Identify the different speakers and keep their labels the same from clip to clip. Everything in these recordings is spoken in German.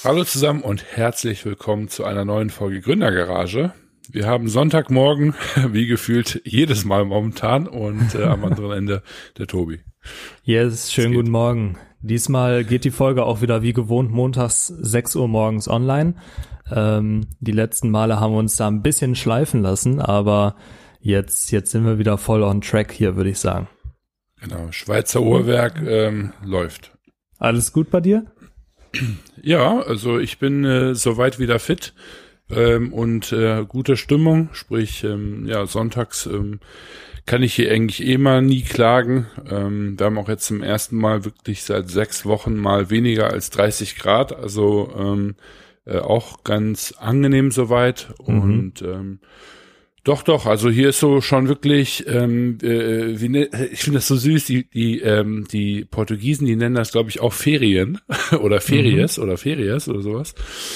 Speaker 1: Hallo zusammen und herzlich willkommen zu einer neuen Folge Gründergarage. Wir haben Sonntagmorgen, wie gefühlt jedes Mal momentan, und am anderen Ende der Tobi.
Speaker 2: Yes, schönen guten Morgen. Diesmal geht die Folge auch wieder wie gewohnt montags 6 Uhr morgens online. Die letzten Male haben wir uns da ein bisschen schleifen lassen, aber jetzt sind wir wieder voll on track hier, würde ich sagen.
Speaker 1: Genau, Schweizer Uhrwerk läuft.
Speaker 2: Alles gut bei dir?
Speaker 1: Ja, also ich bin soweit wieder fit und gute Stimmung, sprich sonntags kann ich hier eigentlich mal nie klagen. Wir haben auch jetzt zum ersten Mal wirklich seit 6 Wochen mal weniger als 30 Grad, also auch ganz angenehm soweit und Doch, also hier ist so schon wirklich, ich finde das so süß, die Portugiesen, die nennen das, glaube ich, auch Ferien oder Ferias oder Ferias oder sowas.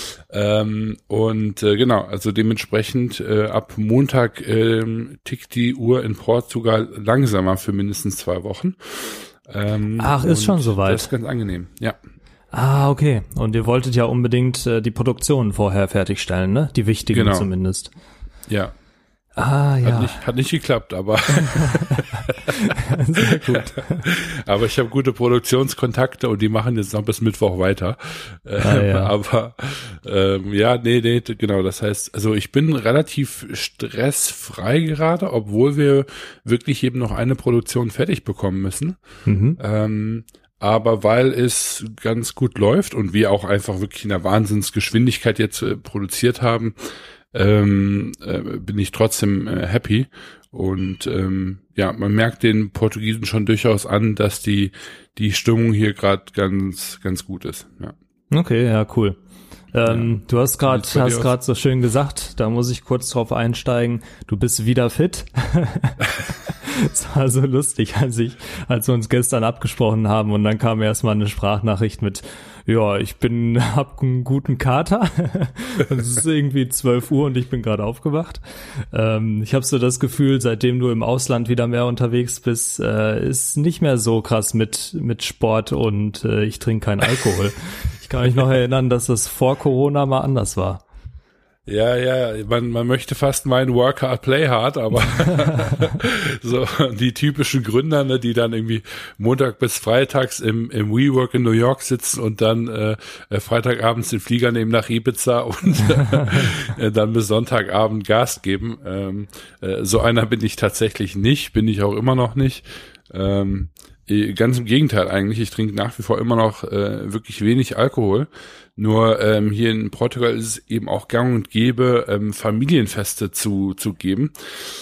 Speaker 1: Genau, also dementsprechend ab Montag tickt die Uhr in Portugal langsamer für mindestens 2 Wochen.
Speaker 2: Ist schon soweit.
Speaker 1: Das ist ganz angenehm, ja.
Speaker 2: Ah, okay. Und ihr wolltet ja unbedingt die Produktion vorher fertigstellen, ne? Die wichtigen
Speaker 1: Genau.
Speaker 2: Zumindest.
Speaker 1: Ja.
Speaker 2: Ah, ja.
Speaker 1: Hat nicht geklappt, aber
Speaker 2: sehr gut.
Speaker 1: Aber ich habe gute Produktionskontakte und die machen jetzt noch bis Mittwoch weiter. Aber genau, das heißt, also ich bin relativ stressfrei gerade, obwohl wir wirklich eben noch eine Produktion fertig bekommen müssen. Aber weil es ganz gut läuft und wir auch einfach wirklich in einer Wahnsinnsgeschwindigkeit jetzt produziert haben, bin ich trotzdem happy und man merkt den Portugiesen schon durchaus an, dass die Stimmung hier gerade ganz ganz gut ist. Ja. Okay,
Speaker 2: ja, cool. Du hast gerade so schön gesagt, da muss ich kurz drauf einsteigen, du bist wieder fit. Es war so lustig, als wir uns gestern abgesprochen haben und dann kam erstmal eine Sprachnachricht mit, ja, hab einen guten Kater. Es ist irgendwie 12 Uhr und ich bin gerade aufgewacht. Ich habe so das Gefühl, seitdem du im Ausland wieder mehr unterwegs bist, ist nicht mehr so krass mit Sport und ich trinke keinen Alkohol. Ich kann mich noch erinnern, dass das vor Corona mal anders war.
Speaker 1: Ja, man möchte fast meinen Work hard, play hard, aber so die typischen Gründer, ne, die dann irgendwie Montag bis Freitags im WeWork in New York sitzen und dann Freitagabends den Flieger nehmen nach Ibiza und dann bis Sonntagabend Gas geben. So einer bin ich tatsächlich nicht, bin ich auch immer noch nicht. Ganz im Gegenteil eigentlich, ich trinke nach wie vor immer noch wirklich wenig Alkohol. Nur hier in Portugal ist es eben auch gang und gäbe, Familienfeste zu geben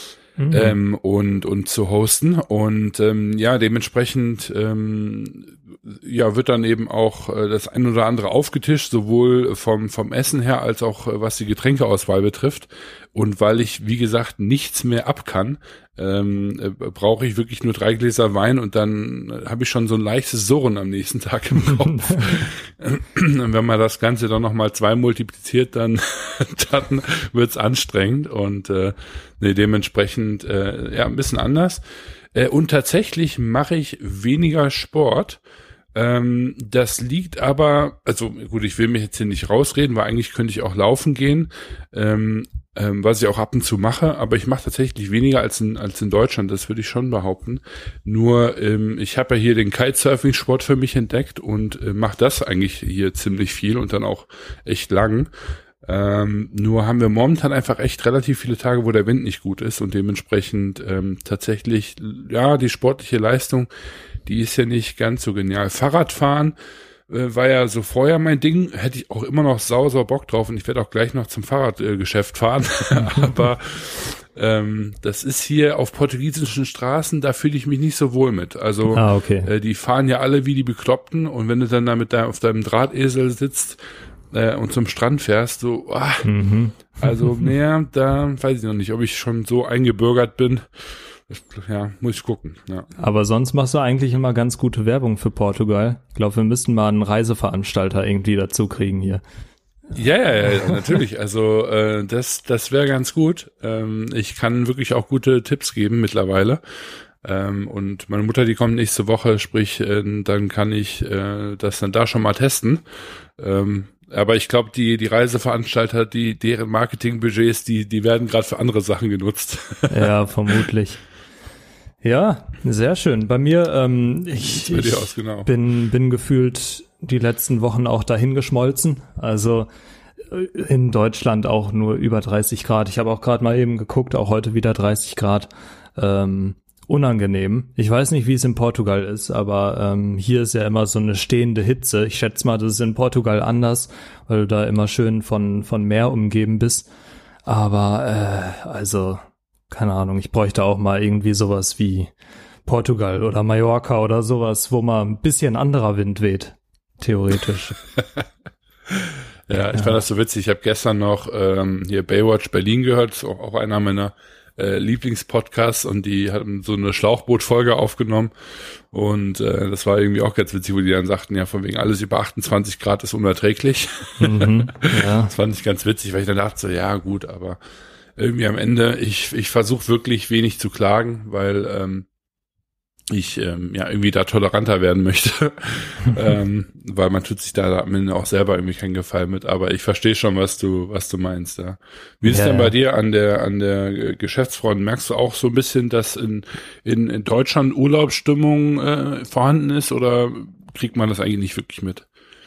Speaker 1: und zu hosten. Und dementsprechend wird dann eben auch das ein oder andere aufgetischt, sowohl vom Essen her als auch was die Getränkeauswahl betrifft. Und weil ich, wie gesagt, nichts mehr ab kann, brauche ich wirklich nur 3 Gläser Wein und dann habe ich schon so ein leichtes Surren am nächsten Tag im Kopf. Und wenn man das Ganze dann nochmal 2 multipliziert, dann wird's anstrengend und dementsprechend ein bisschen anders. Und tatsächlich mache ich weniger Sport. Das liegt aber, also gut, ich will mich jetzt hier nicht rausreden, weil eigentlich könnte ich auch laufen gehen, was ich auch ab und zu mache, aber ich mache tatsächlich weniger als in Deutschland, das würde ich schon behaupten. Nur ich habe ja hier den Kitesurfing-Sport für mich entdeckt und mache das eigentlich hier ziemlich viel und dann auch echt lang. Nur haben wir momentan einfach echt relativ viele Tage, wo der Wind nicht gut ist und dementsprechend tatsächlich, ja, die sportliche Leistung, die ist ja nicht ganz so genial. Fahrradfahren war ja so vorher mein Ding, hätte ich auch immer noch sau Bock drauf und ich werde auch gleich noch zum Fahrradgeschäft fahren, aber das ist hier auf portugiesischen Straßen, da fühle ich mich nicht so wohl mit. Also die fahren ja alle wie die Bekloppten und wenn du dann da auf deinem Drahtesel sitzt und zum Strand fährst, also mehr, da weiß ich noch nicht, ob ich schon so eingebürgert bin. Ja, muss ich gucken. Ja.
Speaker 2: Aber sonst machst du eigentlich immer ganz gute Werbung für Portugal. Ich glaube, wir müssten mal einen Reiseveranstalter irgendwie dazu kriegen hier.
Speaker 1: Ja, natürlich. Also das wäre ganz gut. Ich kann wirklich auch gute Tipps geben mittlerweile. Und meine Mutter, die kommt nächste Woche, sprich, dann kann ich das dann da schon mal testen. Aber ich glaube, die Reiseveranstalter, deren Marketingbudgets, die werden gerade für andere Sachen genutzt.
Speaker 2: Ja, vermutlich. Ja, sehr schön. Bei mir, ich bin gefühlt die letzten Wochen auch dahin geschmolzen. Also in Deutschland auch nur über 30 Grad. Ich habe auch gerade mal eben geguckt, auch heute wieder 30 Grad. Unangenehm. Ich weiß nicht, wie es in Portugal ist, aber hier ist ja immer so eine stehende Hitze. Ich schätze mal, das ist in Portugal anders, weil du da immer schön von Meer umgeben bist. Aber also, keine Ahnung, ich bräuchte auch mal irgendwie sowas wie Portugal oder Mallorca oder sowas, wo mal ein bisschen anderer Wind weht, theoretisch.
Speaker 1: Ja, ich fand das so witzig. Ich habe gestern noch hier Baywatch Berlin gehört, ist auch einer meiner Lieblingspodcasts, und die hatten so eine Schlauchboot-Folge aufgenommen, und das war irgendwie auch ganz witzig, wo die dann sagten, ja, von wegen alles über 28 Grad ist unerträglich. Ja. Das fand ich ganz witzig, weil ich dann dachte so, ja gut, aber irgendwie am Ende, ich versuche wirklich wenig zu klagen, weil ich irgendwie da toleranter werden möchte, weil man tut sich da am Ende auch selber irgendwie keinen Gefallen mit, aber ich verstehe schon, was du meinst, ja. Wie ist denn bei dir an der Geschäftsfront? Merkst du auch so ein bisschen, dass in Deutschland Urlaubsstimmung vorhanden ist, oder kriegt man das eigentlich nicht wirklich mit?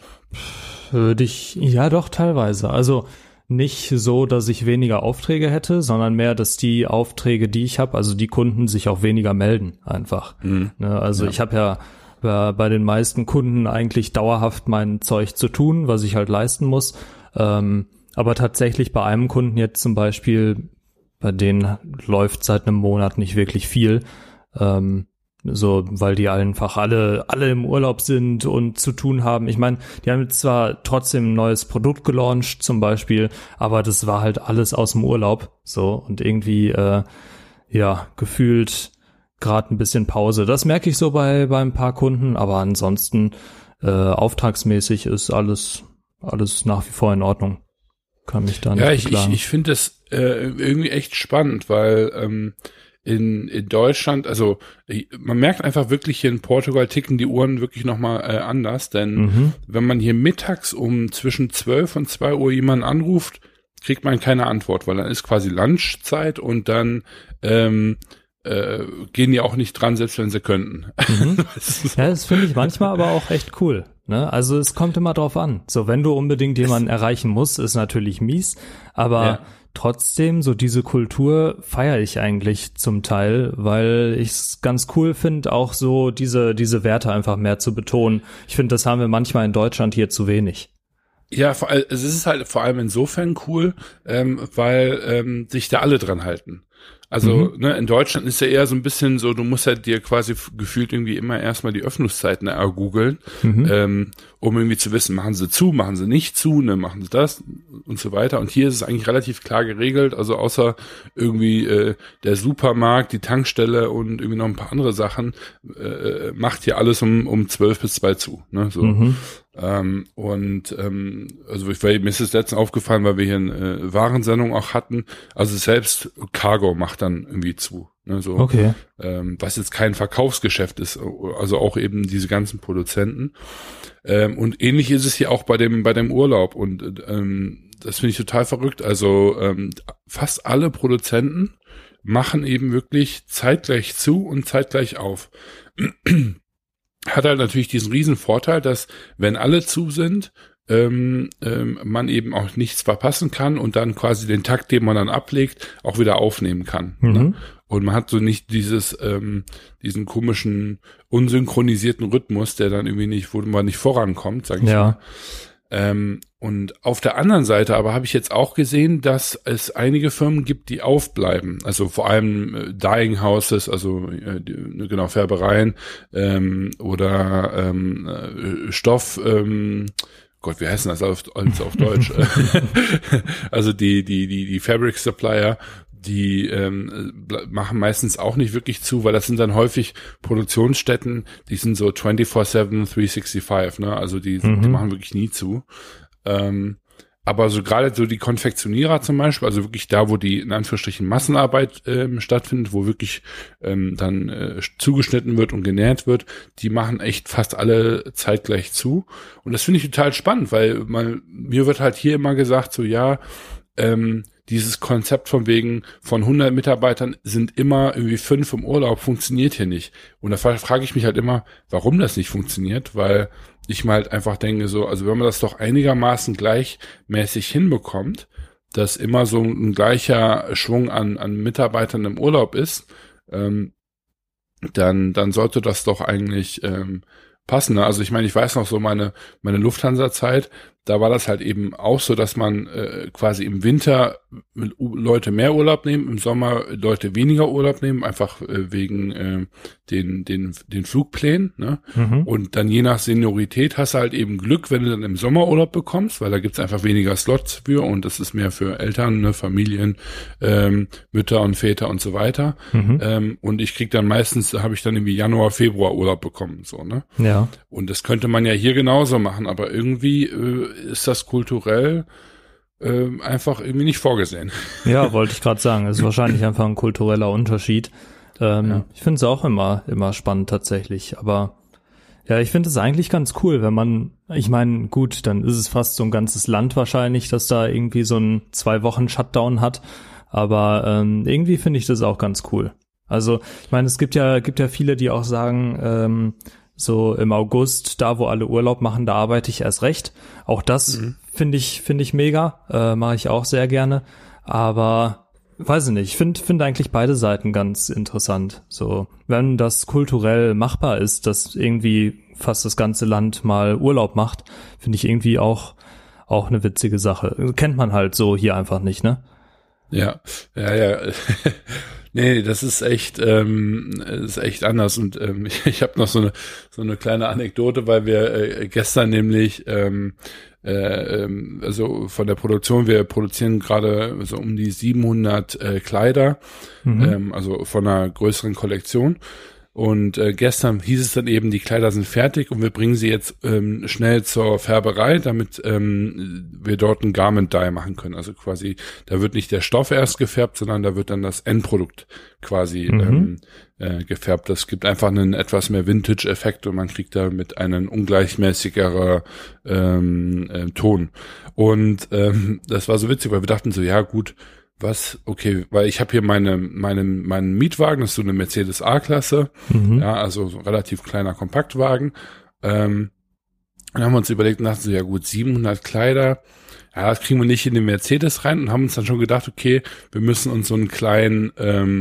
Speaker 2: Ja, doch, teilweise. Also nicht so, dass ich weniger Aufträge hätte, sondern mehr, dass die Aufträge, die ich habe, also die Kunden sich auch weniger melden einfach. Also ich habe ja bei den meisten Kunden eigentlich dauerhaft mein Zeug zu tun, was ich halt leisten muss. Aber tatsächlich bei einem Kunden jetzt zum Beispiel, bei denen läuft seit einem Monat nicht wirklich viel. So, weil die einfach alle im Urlaub sind und zu tun haben. Ich meine, die haben jetzt zwar trotzdem ein neues Produkt gelauncht zum Beispiel, aber das war halt alles aus dem Urlaub. So, und irgendwie, gefühlt gerade ein bisschen Pause. Das merke ich so bei ein paar Kunden, aber ansonsten auftragsmäßig ist alles nach wie vor in Ordnung. Kann mich da nicht beklagen.
Speaker 1: Ich finde das irgendwie echt spannend, weil in Deutschland, also man merkt einfach wirklich, hier in Portugal ticken die Uhren wirklich nochmal anders, denn wenn man hier mittags um zwischen 12 und 2 Uhr jemanden anruft, kriegt man keine Antwort, weil dann ist quasi Lunchzeit, und dann gehen die auch nicht dran, selbst wenn sie könnten.
Speaker 2: Ja, das finde ich manchmal aber auch echt cool. Ne? Also es kommt immer drauf an. So, wenn du unbedingt jemanden erreichen musst, ist natürlich mies, aber trotzdem, so diese Kultur feiere ich eigentlich zum Teil, weil ich es ganz cool finde, auch so diese Werte einfach mehr zu betonen. Ich finde, das haben wir manchmal in Deutschland hier zu wenig.
Speaker 1: Ja, es ist halt vor allem insofern cool, weil sich da alle dran halten. Also in Deutschland ist ja eher so ein bisschen so, du musst halt dir quasi gefühlt irgendwie immer erstmal die Öffnungszeiten ergoogeln, um irgendwie zu wissen, machen sie zu, machen sie nicht zu, machen sie das und so weiter. Und hier ist es eigentlich relativ klar geregelt, also außer irgendwie der Supermarkt, die Tankstelle und irgendwie noch ein paar andere Sachen, macht hier alles um 12 bis 2 zu. Ne? So. Also mir ist es letztens aufgefallen, weil wir hier eine Warensendung auch hatten, also selbst Cargo macht dann irgendwie zu. Ne, so,
Speaker 2: okay.
Speaker 1: Was jetzt kein Verkaufsgeschäft ist, also auch eben diese ganzen Produzenten. Und ähnlich ist es hier auch bei dem Urlaub, und das finde ich total verrückt. Also fast alle Produzenten machen eben wirklich zeitgleich zu und zeitgleich auf. Hat halt natürlich diesen riesen Vorteil, dass wenn alle zu sind, man eben auch nichts verpassen kann und dann quasi den Takt, den man dann ablegt, auch wieder aufnehmen kann. Ne? Und man hat so nicht diesen komischen, unsynchronisierten Rhythmus, der dann irgendwie wo man nicht vorankommt, sag ich mal. Und auf der anderen Seite aber habe ich jetzt auch gesehen, dass es einige Firmen gibt, die aufbleiben. Also vor allem Dyeing Houses, also Färbereien oder Stoff, Gott, wie heißen das auf Deutsch? Also die Fabric Supplier, die machen meistens auch nicht wirklich zu, weil das sind dann häufig Produktionsstätten, die sind so 24/7, 365, ne? Also die machen wirklich nie zu. Aber so gerade so die Konfektionierer zum Beispiel, also wirklich da, wo die in Anführungsstrichen Massenarbeit stattfindet, wo wirklich dann zugeschnitten wird und genäht wird, die machen echt fast alle zeitgleich zu. Und das finde ich total spannend, weil mir wird halt hier immer gesagt, so ja, dieses Konzept von wegen von 100 Mitarbeitern sind immer irgendwie 5 im Urlaub, funktioniert hier nicht. Und da frage ich mich halt immer, warum das nicht funktioniert, weil ich mir halt einfach denke so, also wenn man das doch einigermaßen gleichmäßig hinbekommt, dass immer so ein gleicher Schwung an Mitarbeitern im Urlaub ist, dann sollte das doch eigentlich passen. Also ich meine, ich weiß noch so meine Lufthansa-Zeit, da war das halt eben auch so, dass man quasi im Winter Leute mehr Urlaub nehmen, im Sommer Leute weniger Urlaub nehmen, einfach wegen den Flugplänen. Ne? Mhm. Und dann je nach Seniorität hast du halt eben Glück, wenn du dann im Sommer Urlaub bekommst, weil da gibt's einfach weniger Slots für und das ist mehr für Eltern, ne, Familien, Mütter und Väter und so weiter. Mhm. Und ich krieg dann meistens, habe ich dann irgendwie Januar, Februar Urlaub bekommen. So, ne?
Speaker 2: Ja.
Speaker 1: Und das könnte man ja hier genauso machen, aber irgendwie ist das kulturell einfach irgendwie nicht vorgesehen.
Speaker 2: Ja, wollte ich gerade sagen. Es ist wahrscheinlich einfach ein kultureller Unterschied. Ja. Ich finde es auch immer spannend tatsächlich. Aber ja, ich finde es eigentlich ganz cool, wenn man, ich meine, gut, dann ist es fast so ein ganzes Land wahrscheinlich, dass da irgendwie so ein 2 Wochen Shutdown hat. Aber irgendwie finde ich das auch ganz cool. Also ich meine, es gibt ja viele, die auch sagen, so im August, da wo alle Urlaub machen, da arbeite ich erst recht. Auch das finde ich mega, mache ich auch sehr gerne. Aber weiß ich nicht, ich finde eigentlich beide Seiten ganz interessant. So, wenn das kulturell machbar ist, dass irgendwie fast das ganze Land mal Urlaub macht, finde ich irgendwie auch eine witzige Sache. Kennt man halt so hier einfach nicht, ne?
Speaker 1: Ja. Nee, das ist echt anders und ich habe noch so eine kleine Anekdote, weil wir gestern nämlich also von der Produktion, wir produzieren gerade so um die 700 Kleider, also von einer größeren Kollektion. Und gestern hieß es dann eben, die Kleider sind fertig und wir bringen sie jetzt schnell zur Färberei, damit wir dort ein Garment Dye machen können. Also quasi, da wird nicht der Stoff erst gefärbt, sondern da wird dann das Endprodukt quasi gefärbt. Das gibt einfach einen etwas mehr Vintage-Effekt und man kriegt damit einen ungleichmäßigeren Ton. Und das war so witzig, weil wir dachten so, ja gut, was? Okay, weil ich habe hier meinen Mietwagen, das ist so eine Mercedes A-Klasse, ja, also so ein relativ kleiner Kompaktwagen. Dann haben wir uns überlegt und dachten so, ja gut, 700 Kleider, ja, das kriegen wir nicht in den Mercedes rein und haben uns dann schon gedacht, okay, wir müssen uns so einen kleinen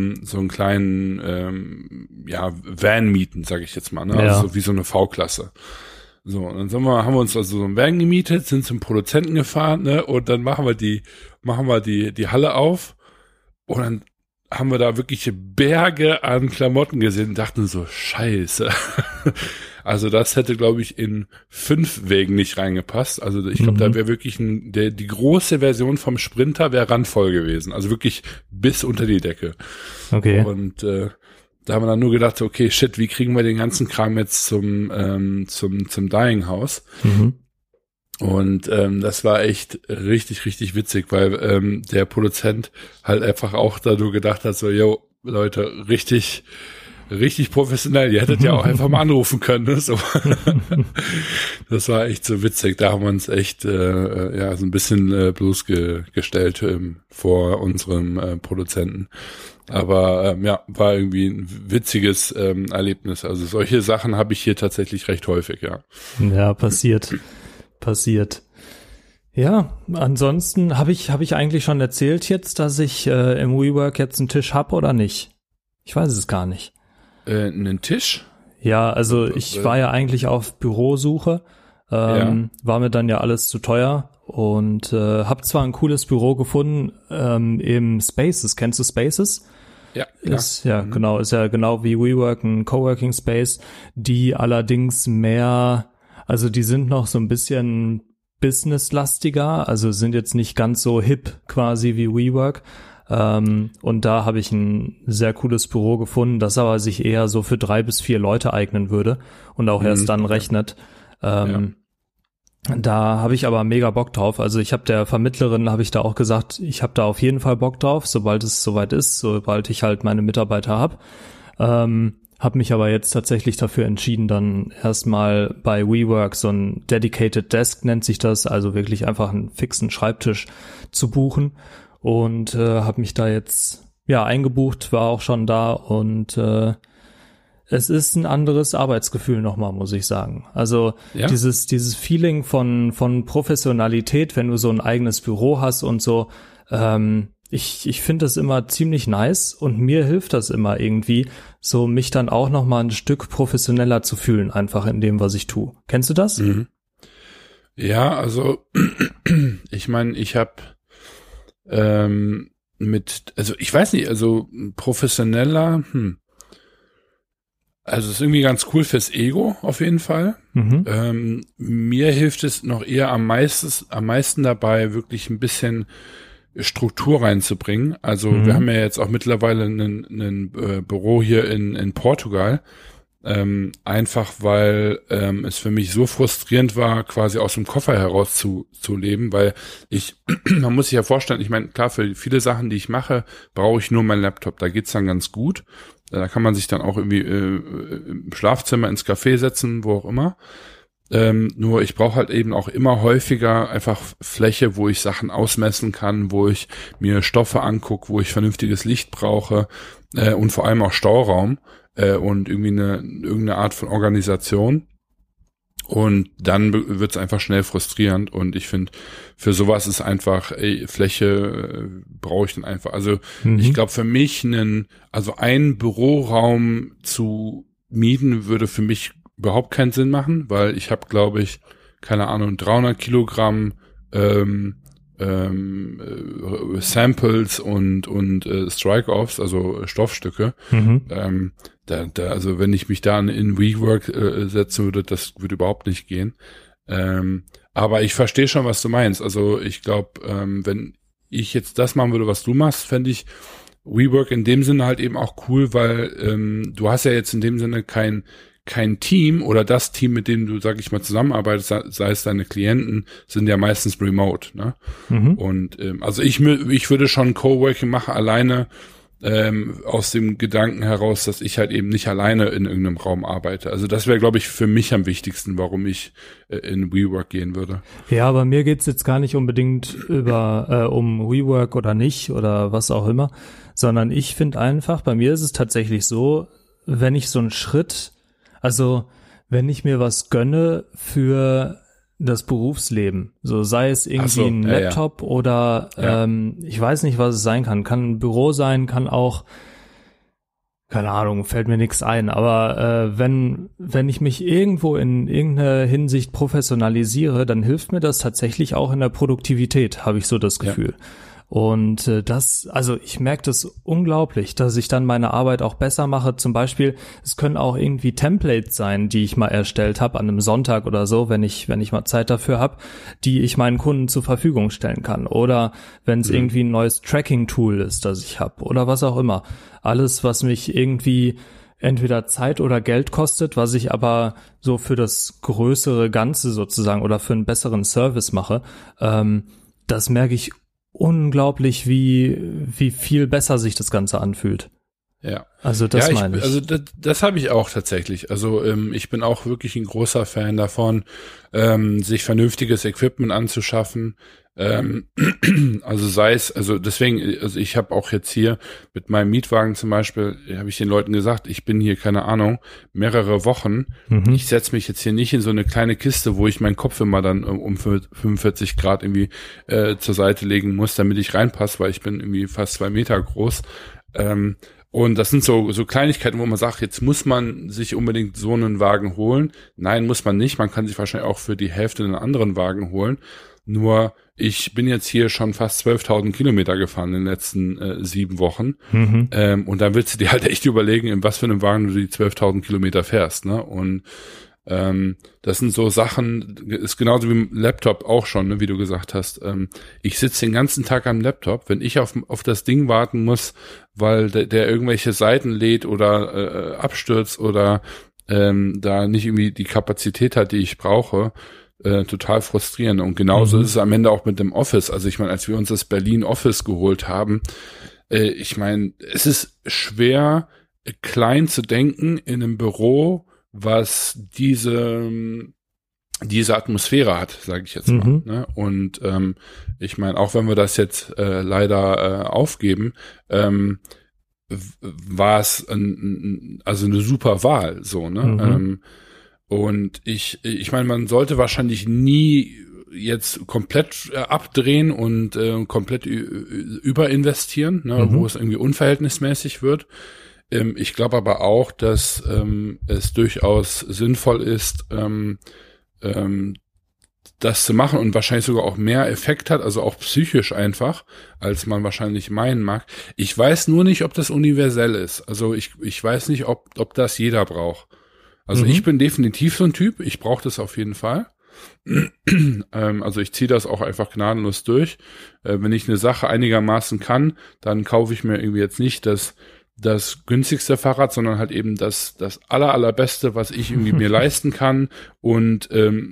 Speaker 1: Van mieten, sage ich jetzt mal, ne? Also so wie so eine V-Klasse. So, und dann haben wir uns also so einen Wagen gemietet, sind zum Produzenten gefahren, ne, und dann machen wir die Halle auf und dann haben wir da wirkliche Berge an Klamotten gesehen und dachten so, scheiße. Also das hätte, glaube ich, in 5 Wägen nicht reingepasst. Also ich glaube, da wäre wirklich die große Version vom Sprinter wäre randvoll gewesen. Also wirklich bis unter die Decke.
Speaker 2: Okay.
Speaker 1: Und da haben wir dann nur gedacht, okay, shit, wie kriegen wir den ganzen Kram jetzt zum Dyeing-Haus? Und das war echt richtig, richtig witzig, weil der Produzent halt einfach auch da nur gedacht hat, so, yo, Leute, richtig professionell, ihr hättet ja auch einfach mal anrufen können, ne? So. Das war echt so witzig, da haben wir uns echt so ein bisschen bloßgestellt vor unserem Produzenten. Aber war irgendwie ein witziges Erlebnis. Also solche Sachen habe ich hier tatsächlich recht häufig, ja.
Speaker 2: Ja, passiert. Ja, ansonsten habe ich eigentlich schon erzählt jetzt, dass ich im WeWork jetzt einen Tisch hab oder nicht? Ich weiß es gar nicht.
Speaker 1: Einen Tisch?
Speaker 2: Ja, also ich war ja eigentlich auf Bürosuche, war mir dann ja alles zu teuer und habe zwar ein cooles Büro gefunden im Spaces. Kennst du Spaces?
Speaker 1: Ja, klar.
Speaker 2: Ist ja genau wie WeWork ein Coworking Space, die allerdings mehr, also die sind noch so ein bisschen businesslastiger, also sind jetzt nicht ganz so hip quasi wie WeWork. Und da habe ich ein sehr cooles Büro gefunden, das aber sich eher so für 3 bis 4 Leute eignen würde und auch erst dann rechnet. Da habe ich aber mega Bock drauf. Also ich habe der Vermittlerin, habe ich da auch gesagt, ich habe da auf jeden Fall Bock drauf, sobald es soweit ist, sobald ich halt meine Mitarbeiter habe. Habe mich aber jetzt tatsächlich dafür entschieden, dann erstmal bei WeWork so ein Dedicated Desk nennt sich das, also wirklich einfach einen fixen Schreibtisch zu buchen und habe mich da jetzt eingebucht, war auch schon da und es ist ein anderes Arbeitsgefühl nochmal, muss ich sagen. Also dieses Feeling von Professionalität, wenn du so ein eigenes Büro hast und so, ich finde das immer ziemlich nice und mir hilft das immer irgendwie, so mich dann auch nochmal ein Stück professioneller zu fühlen, einfach in dem, was ich tue. Kennst du das?
Speaker 1: Mhm. Ja, also ich meine, ich habe ich weiß nicht, also professioneller, also ist irgendwie ganz cool fürs Ego auf jeden Fall.
Speaker 2: Mhm.
Speaker 1: Mir hilft es noch eher am meisten dabei, wirklich ein bisschen Struktur reinzubringen. Also wir haben ja jetzt auch mittlerweile ein Büro hier in Portugal. Einfach weil es für mich so frustrierend war, quasi aus dem Koffer heraus zu leben, weil man muss sich ja vorstellen, ich meine, klar, für viele Sachen, die ich mache, brauche ich nur meinen Laptop, da geht's dann ganz gut. Da kann man sich dann auch irgendwie im Schlafzimmer ins Café setzen, wo auch immer. Nur ich brauche halt eben auch immer häufiger einfach Fläche, wo ich Sachen ausmessen kann, wo ich mir Stoffe angucke, wo ich vernünftiges Licht brauche und vor allem auch Stauraum und irgendwie irgendeine Art von Organisation. Und dann wird es einfach schnell frustrierend und ich finde, für sowas ist einfach, Fläche brauche ich dann einfach. Also ich glaube, für mich einen Büroraum zu mieten würde für mich überhaupt keinen Sinn machen, weil ich habe, glaube ich, keine Ahnung, 300 Kilogramm Samples und Strike-Offs, also Stoffstücke. Also wenn ich mich da in WeWork setzen würde, das würde überhaupt nicht gehen. Aber ich verstehe schon, was du meinst. Also ich glaube, wenn ich jetzt das machen würde, was du machst, fände ich WeWork in dem Sinne halt eben auch cool, weil du hast ja jetzt in dem Sinne kein Team oder das Team, mit dem du, sag ich mal, zusammenarbeitest, sei es deine Klienten, sind ja meistens remote, ne? Und also ich würde schon Coworking machen, alleine aus dem Gedanken heraus, dass ich halt eben nicht alleine in irgendeinem Raum arbeite. Also das wäre, glaube ich, für mich am wichtigsten, warum ich in WeWork gehen würde.
Speaker 2: Ja, aber mir geht's jetzt gar nicht unbedingt um WeWork oder nicht oder was auch immer, sondern ich finde einfach, bei mir ist es tatsächlich so, wenn ich so einen Schritt, also wenn ich mir was gönne für das Berufsleben, so sei es irgendwie ein Laptop oder ich weiß nicht, was es sein kann ein Büro sein, kann auch, keine Ahnung, fällt mir nichts ein, aber wenn ich mich irgendwo in irgendeiner Hinsicht professionalisiere, dann hilft mir das tatsächlich auch in der Produktivität, habe ich so das Gefühl. Und also ich merke das unglaublich, dass ich dann meine Arbeit auch besser mache. Zum Beispiel, es können auch irgendwie Templates sein, die ich mal erstellt habe an einem Sonntag oder so, wenn ich mal Zeit dafür habe, die ich meinen Kunden zur Verfügung stellen kann. Oder wenn es irgendwie ein neues Tracking-Tool ist, das ich habe oder was auch immer. Alles, was mich irgendwie entweder Zeit oder Geld kostet, was ich aber so für das größere Ganze sozusagen oder für einen besseren Service mache, das merke ich unglaublich, wie viel besser sich das Ganze anfühlt.
Speaker 1: Ja.
Speaker 2: Also das meine ich.
Speaker 1: Also das habe ich auch tatsächlich. Also ich bin auch wirklich ein großer Fan davon, sich vernünftiges Equipment anzuschaffen. Also sei es, also deswegen, also ich habe auch jetzt hier mit meinem Mietwagen zum Beispiel, habe ich den Leuten gesagt, ich bin hier, keine Ahnung, mehrere Wochen. Ich setze mich jetzt hier nicht in so eine kleine Kiste, wo ich meinen Kopf immer dann um 45 Grad irgendwie zur Seite legen muss, damit ich reinpasse, weil ich bin irgendwie fast 2 Meter groß. Und das sind so Kleinigkeiten, wo man sagt, jetzt muss man sich unbedingt so einen Wagen holen. Nein, muss man nicht. Man kann sich wahrscheinlich auch für die Hälfte einen anderen Wagen holen. Nur ich bin jetzt hier schon fast 12.000 Kilometer gefahren in den letzten 7 Wochen. Und dann willst du dir halt echt überlegen, in was für einem Wagen du die 12.000 Kilometer fährst, ne? Und das sind so Sachen, ist genauso wie im Laptop auch schon, ne, wie du gesagt hast. Ich sitze den ganzen Tag am Laptop, wenn ich auf das Ding warten muss, weil der irgendwelche Seiten lädt oder abstürzt oder da nicht irgendwie die Kapazität hat, die ich brauche, total frustrierend. Und genauso ist es am Ende auch mit dem Office. Also ich meine, als wir uns das Berlin Office geholt haben, ich meine, es ist schwer, klein zu denken in einem Büro, was diese Atmosphäre hat, sage ich jetzt mal. Ne? Und ich meine, auch wenn wir das jetzt leider aufgeben, war es also eine super Wahl, so, ne? Und ich meine, man sollte wahrscheinlich nie jetzt komplett abdrehen und komplett überinvestieren, ne, wo es irgendwie unverhältnismäßig wird. Ich glaube aber auch, dass es durchaus sinnvoll ist, das zu machen und wahrscheinlich sogar auch mehr Effekt hat, also auch psychisch einfach, als man wahrscheinlich meinen mag. Ich weiß nur nicht, ob das universell ist. Also ich weiß nicht, ob das jeder braucht. Also ich bin definitiv so ein Typ, ich brauche das auf jeden Fall. Also ich ziehe das auch einfach gnadenlos durch. Wenn ich eine Sache einigermaßen kann, dann kaufe ich mir irgendwie jetzt nicht das günstigste Fahrrad, sondern halt eben das allerbeste, was ich irgendwie mir leisten kann und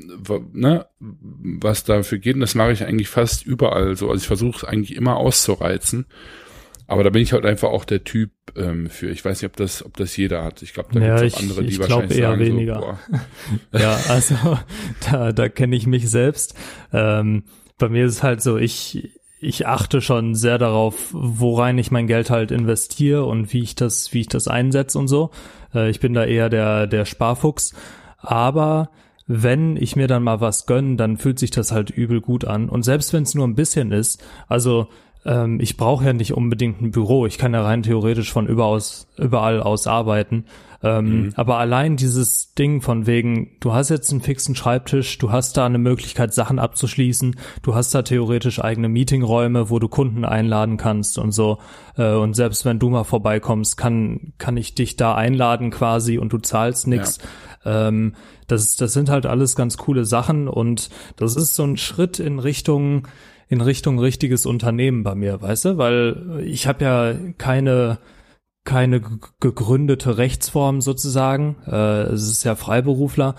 Speaker 1: was dafür geht. Und das mache ich eigentlich fast überall so. Also ich versuche es eigentlich immer auszureizen. Aber da bin ich halt einfach auch der Typ für. Ich weiß nicht, ob das jeder hat. Ich glaube, da gibt es auch andere, die wahrscheinlich
Speaker 2: eher
Speaker 1: sagen,
Speaker 2: weniger.
Speaker 1: So, boah.
Speaker 2: Ja, also da kenne ich mich selbst. Bei mir ist es halt so, ich achte schon sehr darauf, worein ich mein Geld halt investiere und wie ich das einsetze und so. Ich bin da eher der Sparfuchs. Aber wenn ich mir dann mal was gönne, dann fühlt sich das halt übel gut an. Und selbst wenn es nur ein bisschen ist, also ich brauche ja nicht unbedingt ein Büro. Ich kann ja rein theoretisch von überall aus arbeiten. Aber allein dieses Ding von wegen, du hast jetzt einen fixen Schreibtisch, du hast da eine Möglichkeit, Sachen abzuschließen, du hast da theoretisch eigene Meetingräume, wo du Kunden einladen kannst und so. Und selbst wenn du mal vorbeikommst, kann ich dich da einladen quasi und du zahlst nix. Ja. Das sind halt alles ganz coole Sachen und das ist so ein Schritt in Richtung richtiges Unternehmen bei mir, weißt du? Weil ich habe ja keine gegründete Rechtsform sozusagen. Es ist ja Freiberufler.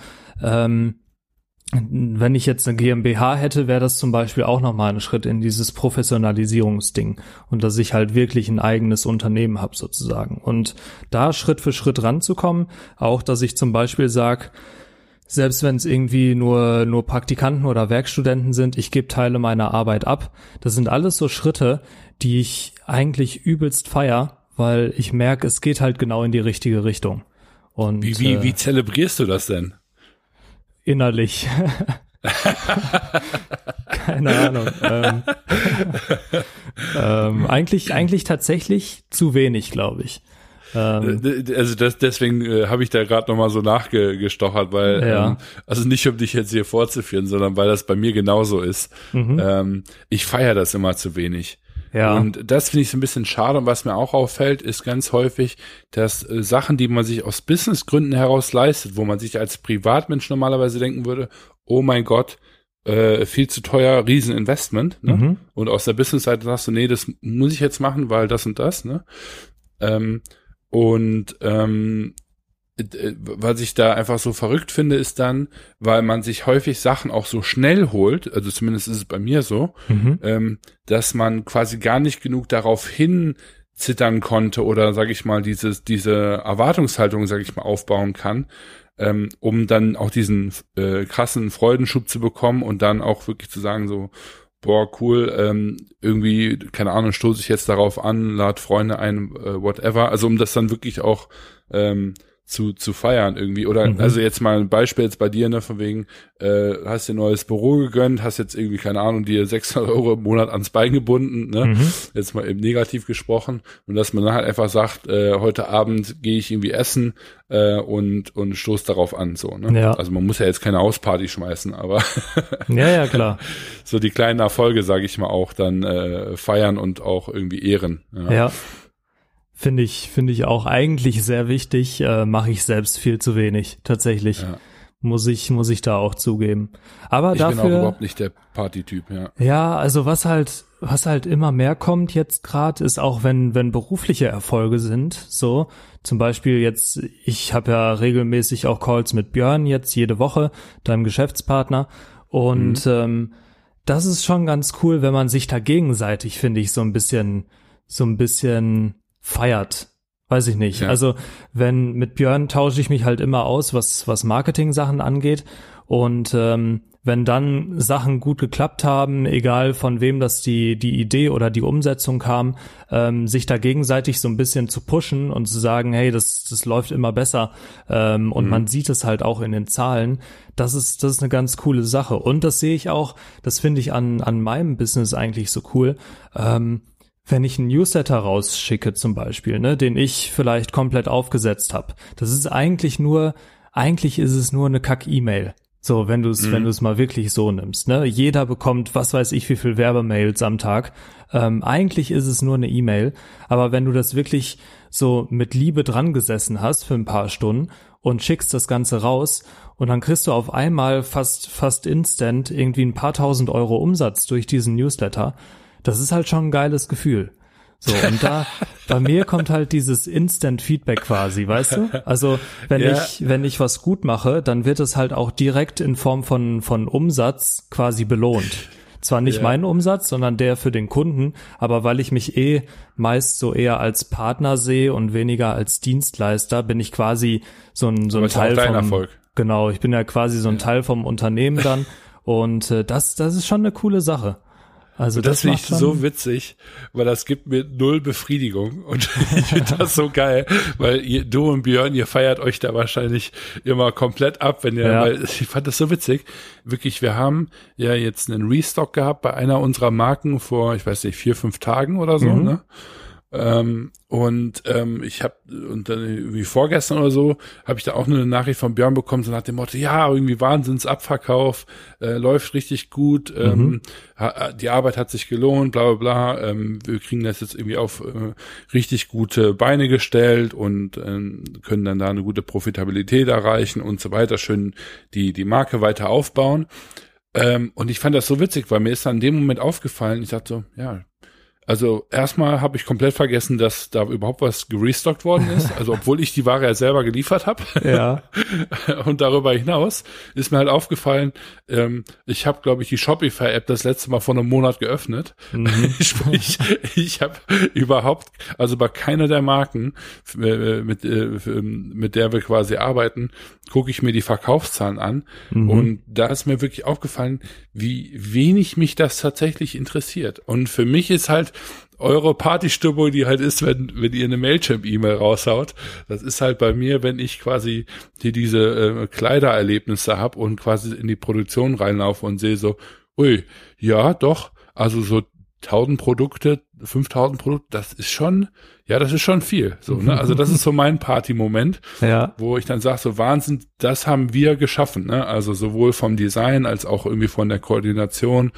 Speaker 2: Wenn ich jetzt eine GmbH hätte, wäre das zum Beispiel auch nochmal ein Schritt in dieses Professionalisierungsding und dass ich halt wirklich ein eigenes Unternehmen habe sozusagen. Und da Schritt für Schritt ranzukommen, auch dass ich zum Beispiel sage, selbst wenn es irgendwie nur Praktikanten oder Werkstudenten sind, ich gebe Teile meiner Arbeit ab. Das sind alles so Schritte, die ich eigentlich übelst feier, weil ich merke, es geht halt genau in die richtige Richtung. Und
Speaker 1: wie zelebrierst du das denn?
Speaker 2: Innerlich. Keine Ahnung. Eigentlich tatsächlich zu wenig, glaube ich.
Speaker 1: Also deswegen habe ich da gerade nochmal so nachgestochert, weil also nicht um dich jetzt hier vorzuführen, sondern weil das bei mir genauso ist. Ich feiere das immer zu wenig.
Speaker 2: Ja.
Speaker 1: Und das finde ich so ein bisschen schade. Und was mir auch auffällt, ist ganz häufig, dass Sachen, die man sich aus Businessgründen heraus leistet, wo man sich als Privatmensch normalerweise denken würde, oh mein Gott, viel zu teuer, Rieseninvestment. Ne? Und aus der Businessseite sagst du, nee, das muss ich jetzt machen, weil das und das. Ne? Was ich da einfach so verrückt finde, ist dann, weil man sich häufig Sachen auch so schnell holt, also zumindest ist es bei mir so, dass man quasi gar nicht genug darauf hinzittern konnte oder, sag ich mal, diese Erwartungshaltung, sag ich mal, aufbauen kann, um dann auch diesen krassen Freudenschub zu bekommen und dann auch wirklich zu sagen so, boah, cool, irgendwie, keine Ahnung, stoße ich jetzt darauf an, lad Freunde ein, whatever, also um das dann wirklich auch zu feiern irgendwie. Oder also jetzt mal ein Beispiel jetzt bei dir, ne, von wegen, hast dir ein neues Büro gegönnt, hast jetzt irgendwie, keine Ahnung, dir 600 € im Monat ans Bein gebunden, ne, jetzt mal eben negativ gesprochen, und dass man dann halt einfach sagt, heute Abend gehe ich irgendwie essen und stoß darauf an, so, ne.
Speaker 2: Ja.
Speaker 1: Also man muss ja jetzt keine Hausparty schmeißen, aber
Speaker 2: ja, klar.
Speaker 1: So die kleinen Erfolge, sage ich mal, auch dann feiern und auch irgendwie ehren.
Speaker 2: Ja. Finde ich auch eigentlich sehr wichtig, mache ich selbst viel zu wenig, tatsächlich. Ja. Muss ich da auch zugeben. Aber dafür. Ich bin auch
Speaker 1: überhaupt nicht der Partytyp, ja.
Speaker 2: Ja, also was halt immer mehr kommt jetzt gerade, ist auch wenn berufliche Erfolge sind, so. Zum Beispiel jetzt, ich habe ja regelmäßig auch Calls mit Björn jetzt jede Woche, deinem Geschäftspartner. Und das ist schon ganz cool, wenn man sich da gegenseitig, finde ich, so ein bisschen feiert. Weiß ich nicht. Ja. Also mit Björn tausche ich mich halt immer aus, was Marketing-Sachen angeht. Und wenn dann Sachen gut geklappt haben, egal von wem das die Idee oder die Umsetzung kam, sich da gegenseitig so ein bisschen zu pushen und zu sagen, hey, das läuft immer besser. Und man sieht es halt auch in den Zahlen. Das ist eine ganz coole Sache. Und das sehe ich auch, das finde ich an meinem Business eigentlich so cool. Wenn ich einen Newsletter rausschicke zum Beispiel, ne, den ich vielleicht komplett aufgesetzt habe, eigentlich ist es nur eine Kack-E-Mail. So, wenn du es mal wirklich so nimmst, ne, jeder bekommt, was weiß ich, wie viel Werbemails am Tag. Eigentlich ist es nur eine E-Mail, aber wenn du das wirklich so mit Liebe dran gesessen hast für ein paar Stunden und schickst das Ganze raus und dann kriegst du auf einmal fast instant irgendwie ein paar tausend Euro Umsatz durch diesen Newsletter. Das ist halt schon ein geiles Gefühl. So, und da, bei mir kommt halt dieses Instant-Feedback quasi, weißt du? Also, wenn ich was gut mache, dann wird es halt auch direkt in Form von Umsatz quasi belohnt. Zwar nicht mein Umsatz, sondern der für den Kunden, aber weil ich mich meist so eher als Partner sehe und weniger als Dienstleister, bin ich quasi so ein Teil vom Erfolg. Genau, ich bin ja quasi so ein Teil vom Unternehmen dann und das ist schon eine coole Sache. Also
Speaker 1: das finde ich so witzig, weil das gibt mir null Befriedigung und ich finde das so geil, weil du und Björn, ihr feiert euch da wahrscheinlich immer komplett ab, weil ich fand das so witzig. Wirklich, wir haben ja jetzt einen Restock gehabt bei einer unserer Marken vor, ich weiß nicht, 4-5 Tagen oder so, ne? Ich habe und dann irgendwie vorgestern oder so habe ich da auch nur eine Nachricht von Björn bekommen, so nach dem Motto, ja, irgendwie Wahnsinnsabverkauf, läuft richtig gut, die Arbeit hat sich gelohnt, bla bla bla, wir kriegen das jetzt irgendwie auf richtig gute Beine gestellt und können dann da eine gute Profitabilität erreichen und so weiter, schön die Marke weiter aufbauen. Und ich fand das so witzig, weil mir ist dann in dem Moment aufgefallen, ich dachte so, ja, also erstmal habe ich komplett vergessen, dass da überhaupt was gerestockt worden ist. Also obwohl ich die Ware ja selber geliefert habe. Ja. Und darüber hinaus ist mir halt aufgefallen, ich habe, glaube ich, die Shopify-App das letzte Mal vor einem Monat geöffnet. Sprich, ich habe überhaupt, also bei keiner der Marken, mit der wir quasi arbeiten, gucke ich mir die Verkaufszahlen an. Und da ist mir wirklich aufgefallen, wie wenig mich das tatsächlich interessiert. Und für mich ist halt eure Partystimmung, die halt ist, wenn ihr eine Mailchimp-E-Mail raushaut, das ist halt bei mir, wenn ich quasi diese Kleidererlebnisse habe und quasi in die Produktion reinlaufe und sehe so, ui, ja, doch, also so 1000 Produkte, 5000 Produkte, das ist schon viel, so, ne? Also das ist so mein Party-Moment, wo ich dann sage, so Wahnsinn, das haben wir geschaffen, ne? Also sowohl vom Design als auch irgendwie von der Koordination,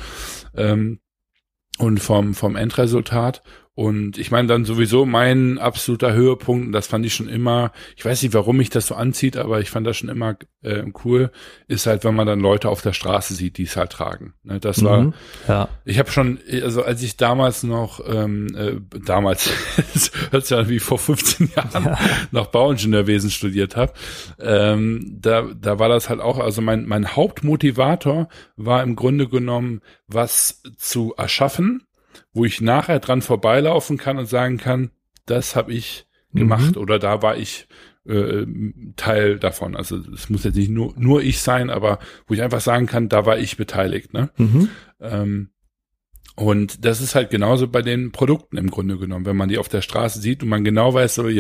Speaker 1: und vom Endresultat. Und ich meine dann sowieso mein absoluter Höhepunkt, und das fand ich schon immer, ich weiß nicht, warum mich das so anzieht, aber ich fand das schon immer cool, ist halt, wenn man dann Leute auf der Straße sieht, die es halt tragen. Ne, das war, ich habe schon, also als ich damals noch, damals, das hört sich ja wie vor 15 Jahren, noch Bauingenieurwesen studiert habe, da war das halt auch, also mein Hauptmotivator war im Grunde genommen, was zu erschaffen, wo ich nachher dran vorbeilaufen kann und sagen kann, das habe ich gemacht oder da war ich Teil davon. Also es muss jetzt nicht nur ich sein, aber wo ich einfach sagen kann, da war ich beteiligt. Ne? Und das ist halt genauso bei den Produkten im Grunde genommen, wenn man die auf der Straße sieht und man genau weiß, so,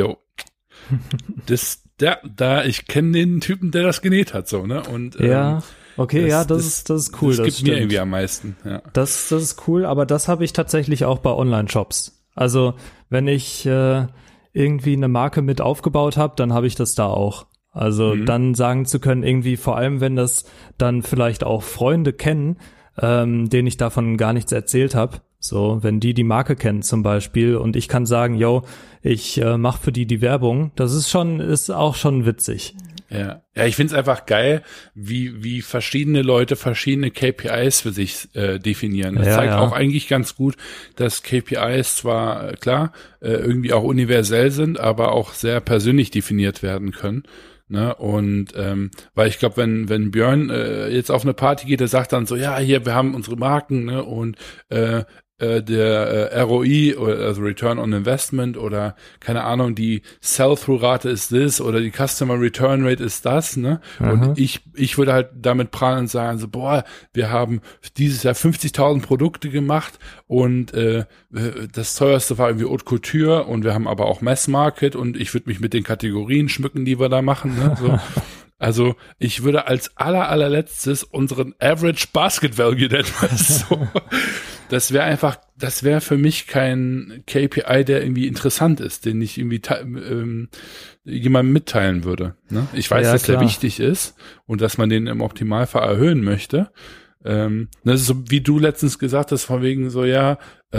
Speaker 1: ich kenne den Typen, der das genäht hat, so, ne? Und
Speaker 2: okay, das ist cool.
Speaker 1: Das gibt mir irgendwie am meisten. Ja.
Speaker 2: Das ist cool, aber das habe ich tatsächlich auch bei Online-Shops. Also wenn ich irgendwie eine Marke mit aufgebaut habe, dann habe ich das da auch. Also dann sagen zu können, irgendwie vor allem, wenn das dann vielleicht auch Freunde kennen, denen ich davon gar nichts erzählt habe. So, wenn die Marke kennen zum Beispiel und ich kann sagen, ich mache für die Werbung, das ist auch schon witzig.
Speaker 1: Ja, ich find's einfach geil, wie verschiedene Leute verschiedene KPIs für sich definieren. Das zeigt auch eigentlich ganz gut, dass KPIs zwar, klar, irgendwie auch universell sind, aber auch sehr persönlich definiert werden können. Ne? Und weil ich glaube, wenn Björn jetzt auf eine Party geht, der sagt dann so, ja, hier, wir haben unsere Marken, ne? Und der ROI, also Return on Investment oder keine Ahnung, die Sell-Through-Rate ist das oder die Customer Return Rate ist das, ne? Und ich würde halt damit prahlen und sagen so, boah, wir haben dieses Jahr 50.000 Produkte gemacht und das teuerste war irgendwie Haute Couture und wir haben aber auch Mass Market und ich würde mich mit den Kategorien schmücken, die wir da machen, ne? So. Also ich würde als allerletztes unseren Average Basket Value nennen. So. Das wäre für mich kein KPI, der irgendwie interessant ist, den ich irgendwie jemandem mitteilen würde. Ne? Ich weiß, dass der wichtig ist und dass man den im Optimalfall erhöhen möchte. Das ist so, wie du letztens gesagt hast, von wegen so, ja,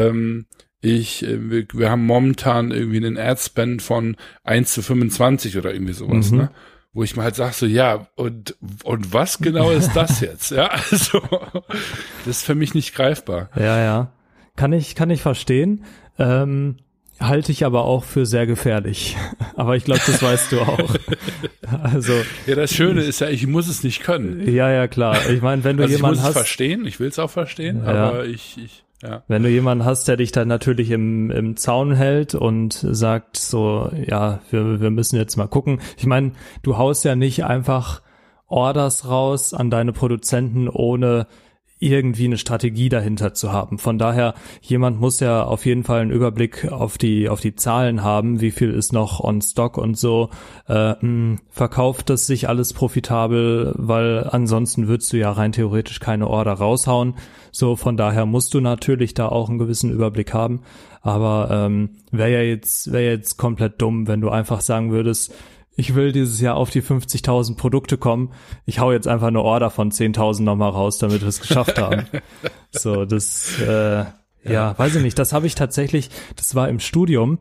Speaker 1: wir haben momentan irgendwie einen Ad-Spend von 1:25 oder irgendwie sowas, ne? Wo ich mal halt sage so, ja, und was genau ist das jetzt? Ja, also, das ist für mich nicht greifbar.
Speaker 2: Ja. Kann ich verstehen. Halte ich aber auch für sehr gefährlich. Aber ich glaube, das weißt du auch. Also.
Speaker 1: Ja, das Schöne ist ja, ich muss es nicht können.
Speaker 2: Ja, klar. Ich meine, wenn du jemanden hast.
Speaker 1: Ich will es auch verstehen, aber ja.
Speaker 2: Wenn du jemanden hast, der dich dann natürlich im Zaun hält und sagt so, ja, wir müssen jetzt mal gucken. Ich meine, du haust ja nicht einfach Orders raus an deine Produzenten, ohne irgendwie eine Strategie dahinter zu haben. Von daher, jemand muss ja auf jeden Fall einen Überblick auf die Zahlen haben, wie viel ist noch on Stock und so. Verkauft das sich alles profitabel, weil ansonsten würdest du ja rein theoretisch keine Order raushauen. So, von daher musst du natürlich da auch einen gewissen Überblick haben. Aber wäre jetzt komplett dumm, wenn du einfach sagen würdest, ich will dieses Jahr auf die 50.000 Produkte kommen. Ich hau jetzt einfach eine Order von 10.000 nochmal raus, damit wir es geschafft haben. So, das, weiß ich nicht. Das habe ich tatsächlich, das war im Studium,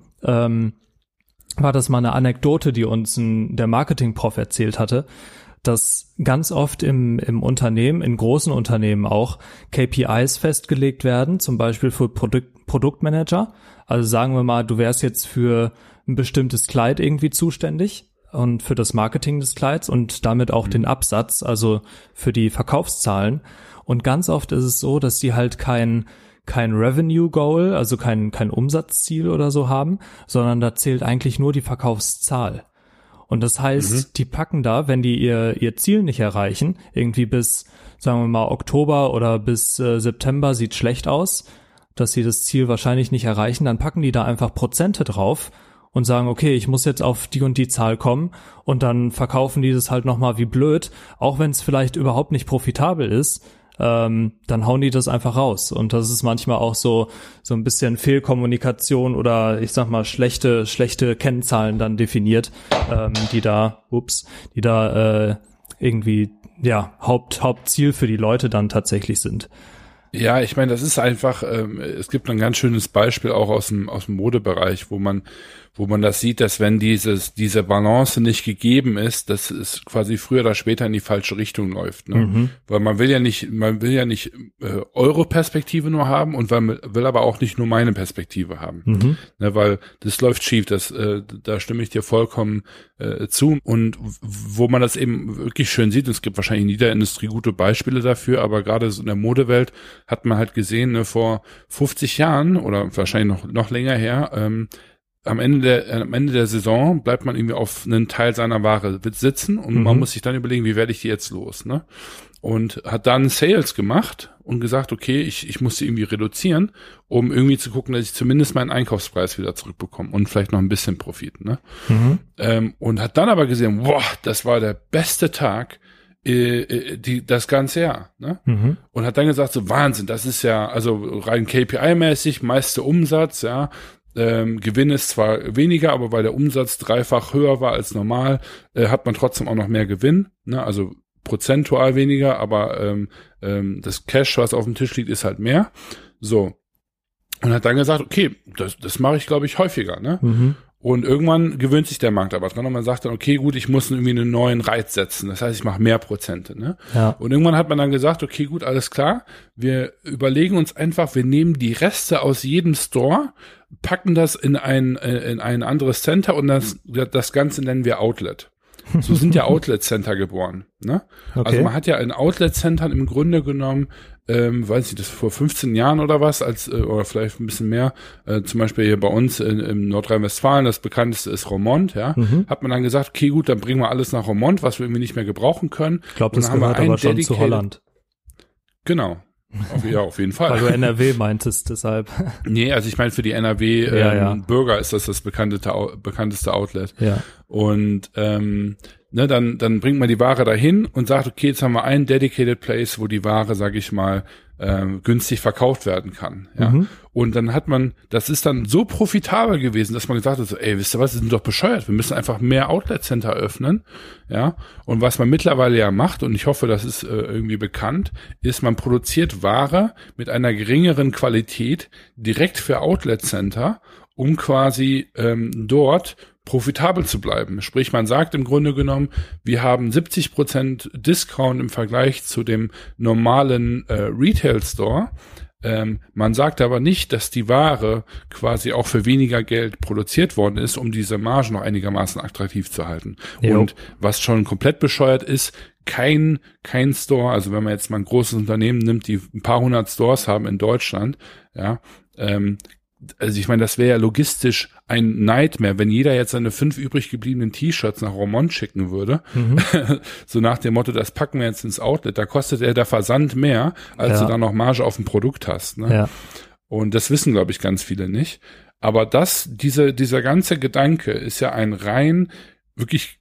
Speaker 2: war das mal eine Anekdote, die uns der Marketing-Prof erzählt hatte, dass ganz oft im Unternehmen, in großen Unternehmen auch, KPIs festgelegt werden, zum Beispiel für Produktmanager. Also sagen wir mal, du wärst jetzt für ein bestimmtes Kleid irgendwie zuständig und für das Marketing des Kleids und damit auch den Absatz, also für die Verkaufszahlen. Und ganz oft ist es so, dass die halt kein Revenue Goal, also kein Umsatzziel oder so haben, sondern da zählt eigentlich nur die Verkaufszahl. Und das heißt, die packen da, wenn die ihr Ziel nicht erreichen, irgendwie bis, sagen wir mal, Oktober oder bis September sieht schlecht aus, dass sie das Ziel wahrscheinlich nicht erreichen, dann packen die da einfach Prozente drauf und sagen, okay, ich muss jetzt auf die und die Zahl kommen und dann verkaufen die das halt nochmal wie blöd, auch wenn es vielleicht überhaupt nicht profitabel ist, dann hauen die das einfach raus. Und das ist manchmal auch so ein bisschen Fehlkommunikation oder ich sag mal schlechte Kennzahlen dann definiert, die da irgendwie Hauptziel für die Leute dann tatsächlich sind.
Speaker 1: Ja, ich meine, das ist einfach, es gibt ein ganz schönes Beispiel auch aus dem Modebereich, wo man das sieht, dass wenn diese Balance nicht gegeben ist, dass es quasi früher oder später in die falsche Richtung läuft, ne? Weil man will ja nicht eure Perspektive nur haben und man will aber auch nicht nur meine Perspektive haben, ne? Weil das läuft schief, da stimme ich dir vollkommen zu. Und wo man das eben wirklich schön sieht, es gibt wahrscheinlich in jeder Industrie gute Beispiele dafür, aber gerade so in der Modewelt hat man halt gesehen, ne, vor 50 Jahren oder wahrscheinlich noch länger her, am Ende der Saison bleibt man irgendwie auf einen Teil seiner Ware sitzen und man muss sich dann überlegen, wie werde ich die jetzt los, ne? Und hat dann Sales gemacht und gesagt, okay, ich muss die irgendwie reduzieren, um irgendwie zu gucken, dass ich zumindest meinen Einkaufspreis wieder zurückbekomme und vielleicht noch ein bisschen Profit, ne? Und hat dann aber gesehen, boah, das war der beste Tag das ganze Jahr, ne? Und hat dann gesagt, so Wahnsinn, das ist ja, also rein KPI-mäßig, meiste Umsatz, ja, Gewinn ist zwar weniger, aber weil der Umsatz dreifach höher war als normal, hat man trotzdem auch noch mehr Gewinn, ne? Also prozentual weniger, aber das Cash, was auf dem Tisch liegt, ist halt mehr. So. Und hat dann gesagt, okay, das mache ich, glaube ich, häufiger, ne? Und irgendwann gewöhnt sich der Markt aber dran und man sagt dann, okay, gut, ich muss irgendwie einen neuen Reiz setzen. Das heißt, ich mache mehr Prozente, ne? Ja. Und irgendwann hat man dann gesagt, okay, gut, alles klar. Wir überlegen uns einfach, wir nehmen die Reste aus jedem Store, packen das in ein anderes Center und das Ganze nennen wir Outlet. So sind ja Outlet-Center geboren. Ne?
Speaker 2: Okay.
Speaker 1: Also man hat ja in Outlet-Centern im Grunde genommen, weiß ich, das vor 15 Jahren oder was, oder vielleicht ein bisschen mehr, zum Beispiel hier bei uns im Nordrhein-Westfalen, das bekannteste ist Roermond, ja, hat man dann gesagt, okay, gut, dann bringen wir alles nach Roermond, was wir irgendwie nicht mehr gebrauchen können.
Speaker 2: Ich glaube, das gehört aber schon zu Holland.
Speaker 1: Genau. Auf jeden Fall.
Speaker 2: Weil du NRW meintest, deshalb.
Speaker 1: Nee, also ich meine, für die NRW Bürger ist das bekannteste Outlet.
Speaker 2: Ja.
Speaker 1: Und dann bringt man die Ware dahin und sagt, okay, jetzt haben wir einen dedicated place, wo die Ware, sage ich mal, günstig verkauft werden kann. Ja. Und dann das ist dann so profitabel gewesen, dass man gesagt hat, so, ey, wisst ihr was, wir sind doch bescheuert, wir müssen einfach mehr Outlet-Center öffnen. Ja. Und was man mittlerweile ja macht, und ich hoffe, das ist irgendwie bekannt, ist, man produziert Ware mit einer geringeren Qualität direkt für Outlet-Center, um quasi dort profitabel zu bleiben. Sprich, man sagt im Grunde genommen, wir haben 70% Discount im Vergleich zu dem normalen Retail-Store. Man sagt aber nicht, dass die Ware quasi auch für weniger Geld produziert worden ist, um diese Marge noch einigermaßen attraktiv zu halten.
Speaker 2: Jo.
Speaker 1: Und was schon komplett bescheuert ist, kein Store, also wenn man jetzt mal ein großes Unternehmen nimmt, die ein paar hundert Stores haben in Deutschland, ja, also ich meine, das wäre ja logistisch ein Nightmare, wenn jeder jetzt seine 5 übrig gebliebenen T-Shirts nach Roermond schicken würde. So nach dem Motto, das packen wir jetzt ins Outlet, da kostet der Versand mehr, als du da noch Marge auf dem Produkt hast. Ne?
Speaker 2: Ja.
Speaker 1: Und das wissen, glaube ich, ganz viele nicht. Aber dieser ganze Gedanke ist ja ein rein wirklich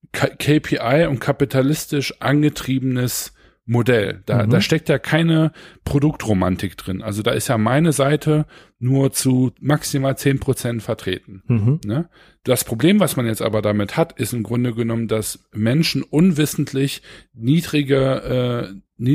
Speaker 1: KPI und kapitalistisch angetriebenes Modell. Da steckt ja keine Produktromantik drin. Also da ist ja meine Seite nur zu maximal 10% vertreten. Ne? Das Problem, was man jetzt aber damit hat, ist im Grunde genommen, dass Menschen unwissentlich niedrigere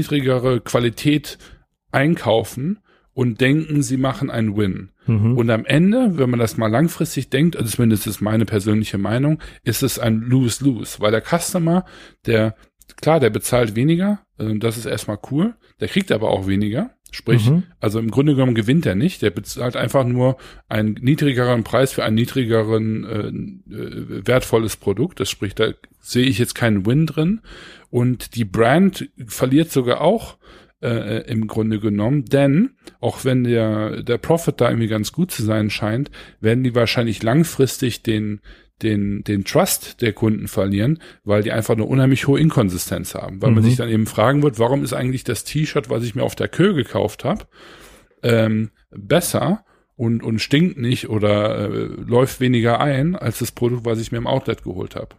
Speaker 1: Qualität einkaufen und denken, sie machen einen Win. Und am Ende, wenn man das mal langfristig denkt, also zumindest ist meine persönliche Meinung, ist es ein Lose-Lose, weil der Customer, der bezahlt weniger, das ist erstmal cool, der kriegt aber auch weniger, sprich, also im Grunde genommen gewinnt er nicht, der bezahlt einfach nur einen niedrigeren Preis für ein niedrigeren wertvolles Produkt, das spricht, da sehe ich jetzt keinen Win drin, und die Brand verliert sogar auch im Grunde genommen, denn auch wenn der Profit da irgendwie ganz gut zu sein scheint, werden die wahrscheinlich langfristig den Trust der Kunden verlieren, weil die einfach eine unheimlich hohe Inkonsistenz haben. Weil man sich dann eben fragen wird, warum ist eigentlich das T-Shirt, was ich mir auf der Kö gekauft habe, besser und stinkt nicht oder läuft weniger ein, als das Produkt, was ich mir im Outlet geholt habe.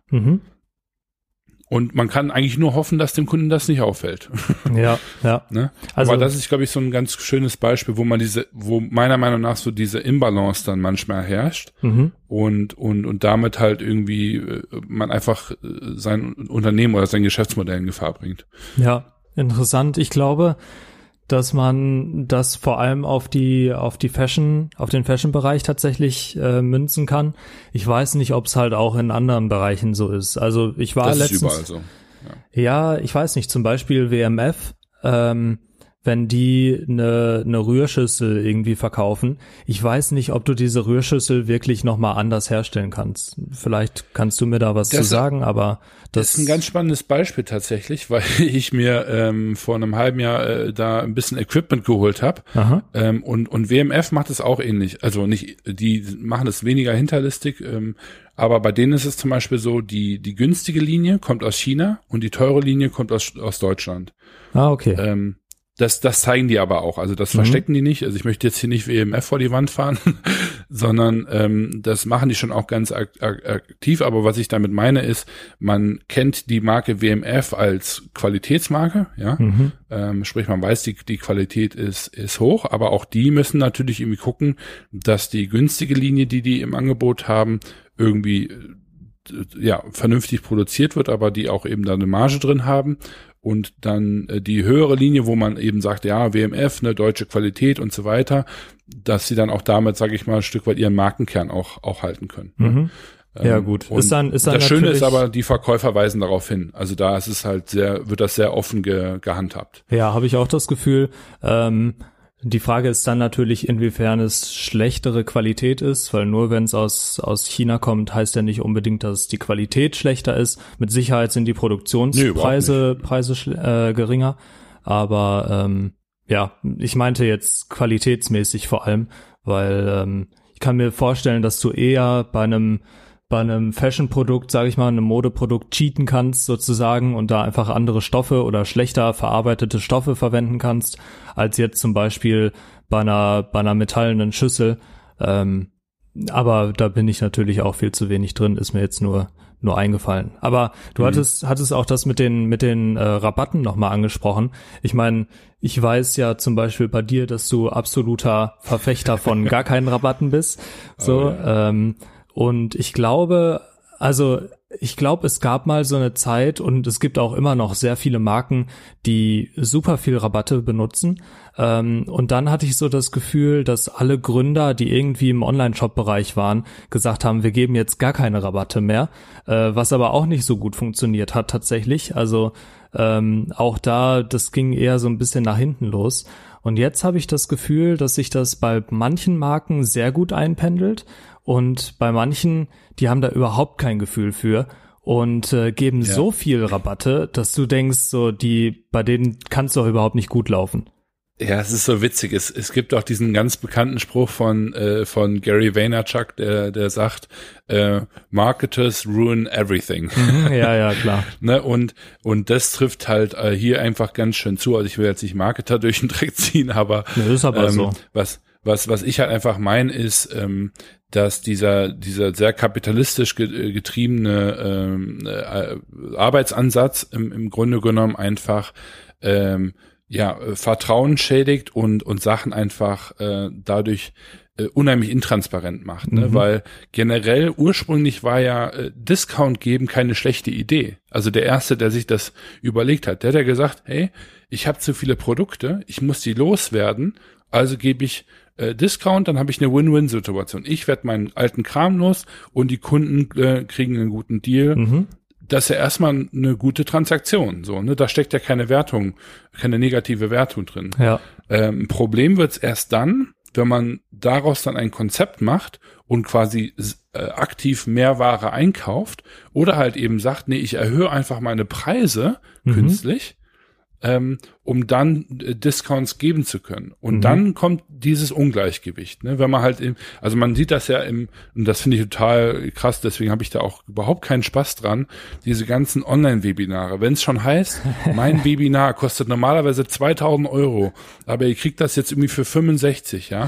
Speaker 1: Und man kann eigentlich nur hoffen, dass dem Kunden das nicht auffällt.
Speaker 2: Ja.
Speaker 1: Ne?
Speaker 2: Also,
Speaker 1: aber das ist, glaube ich, so ein ganz schönes Beispiel, wo meiner Meinung nach so diese Imbalance dann manchmal herrscht und damit halt irgendwie man einfach sein Unternehmen oder sein Geschäftsmodell in Gefahr bringt.
Speaker 2: Ja, interessant. Ich glaube, dass man das vor allem auf den Fashion-Bereich tatsächlich münzen kann. Ich weiß nicht, ob es halt auch in anderen Bereichen so ist. Also ich war letztens. Das ist überall so. Ja, ich weiß nicht, zum Beispiel WMF, wenn die eine Rührschüssel irgendwie verkaufen. Ich weiß nicht, ob du diese Rührschüssel wirklich nochmal anders herstellen kannst. Vielleicht kannst du mir da was zu sagen, aber das ist ein ganz spannendes Beispiel tatsächlich, weil ich mir vor einem halben Jahr da ein bisschen Equipment geholt habe. Und WMF macht es auch ähnlich. Also nicht, die machen es weniger hinterlistig, aber bei denen ist es zum Beispiel so, die günstige Linie kommt aus China und die teure Linie kommt aus Deutschland. Okay.
Speaker 1: Das zeigen die aber auch, also das verstecken die nicht, also ich möchte jetzt hier nicht WMF vor die Wand fahren, sondern das machen die schon auch ganz aktiv, aber was ich damit meine ist, man kennt die Marke WMF als Qualitätsmarke, ja, sprich man weiß, die Qualität ist hoch, aber auch die müssen natürlich irgendwie gucken, dass die günstige Linie, die im Angebot haben, irgendwie vernünftig produziert wird, aber die auch eben da eine Marge drin haben. Und dann die höhere Linie, wo man eben sagt, ja, WMF, ne, deutsche Qualität und so weiter, dass sie dann auch damit, sage ich mal, ein Stück weit ihren Markenkern auch halten können.
Speaker 2: Ja, gut.
Speaker 1: Ist dann das Schöne ist aber, die Verkäufer weisen darauf hin. Also da ist es halt wird das sehr offen gehandhabt.
Speaker 2: Ja, habe ich auch das Gefühl. Die Frage ist dann natürlich, inwiefern es schlechtere Qualität ist, weil nur wenn es aus China kommt, heißt ja nicht unbedingt, dass die Qualität schlechter ist. Mit Sicherheit sind die Produktionspreise geringer, aber ja, ich meinte jetzt qualitätsmäßig vor allem, weil ich kann mir vorstellen, dass du eher bei einem Fashion-Produkt, sage ich mal, einem Modeprodukt cheaten kannst sozusagen und da einfach andere Stoffe oder schlechter verarbeitete Stoffe verwenden kannst, als jetzt zum Beispiel bei einer metallenen Schüssel. Aber da bin ich natürlich auch viel zu wenig drin, ist mir jetzt nur eingefallen. Aber du hattest auch das mit den Rabatten nochmal angesprochen. Ich meine, ich weiß ja zum Beispiel bei dir, dass du absoluter Verfechter von gar keinen Rabatten bist. So, ja. Und ich glaube, es gab mal so eine Zeit und es gibt auch immer noch sehr viele Marken, die super viel Rabatte benutzen. Und dann hatte ich so das Gefühl, dass alle Gründer, die irgendwie im Online-Shop-Bereich waren, gesagt haben, wir geben jetzt gar keine Rabatte mehr, was aber auch nicht so gut funktioniert hat tatsächlich. Also auch da, das ging eher so ein bisschen nach hinten los. Und jetzt habe ich das Gefühl, dass sich das bei manchen Marken sehr gut einpendelt. Und bei manchen, die haben da überhaupt kein Gefühl für und geben so viel Rabatte, dass du denkst, so bei denen kann es doch überhaupt nicht gut laufen.
Speaker 1: Ja, es ist so witzig. Es gibt auch diesen ganz bekannten Spruch von Gary Vaynerchuk, der sagt, Marketers ruin everything.
Speaker 2: Ja, klar.
Speaker 1: Ne, und das trifft halt hier einfach ganz schön zu. Also ich will jetzt nicht Marketer durch den Dreck ziehen, aber
Speaker 2: das ist aber so.
Speaker 1: Was ich halt einfach meine, ist, dass dieser sehr kapitalistisch getriebene Arbeitsansatz im Grunde genommen einfach Vertrauen schädigt und Sachen einfach dadurch unheimlich intransparent macht, ne? Weil generell ursprünglich war ja Discount geben keine schlechte Idee. Also der Erste, der sich das überlegt hat, der hat ja gesagt, hey, ich habe zu viele Produkte, ich muss die loswerden, also gebe ich Discount, dann habe ich eine Win-Win-Situation. Ich werde meinen alten Kram los und die Kunden kriegen einen guten Deal. Das ist ja erstmal eine gute Transaktion. So, ne? Da steckt ja keine Wertung, keine negative Wertung drin.
Speaker 2: Ja.
Speaker 1: Ein Problem wird's erst dann, wenn man daraus dann ein Konzept macht und quasi aktiv mehr Ware einkauft oder halt eben sagt, nee, ich erhöhe einfach meine Preise künstlich, um dann Discounts geben zu können. Und dann kommt dieses Ungleichgewicht, ne? Wenn man halt also man sieht das ja und das finde ich total krass, deswegen habe ich da auch überhaupt keinen Spaß dran, diese ganzen Online-Webinare. Wenn es schon heißt, mein Webinar kostet normalerweise 2.000 €, aber ihr kriegt das jetzt irgendwie für 65, ja?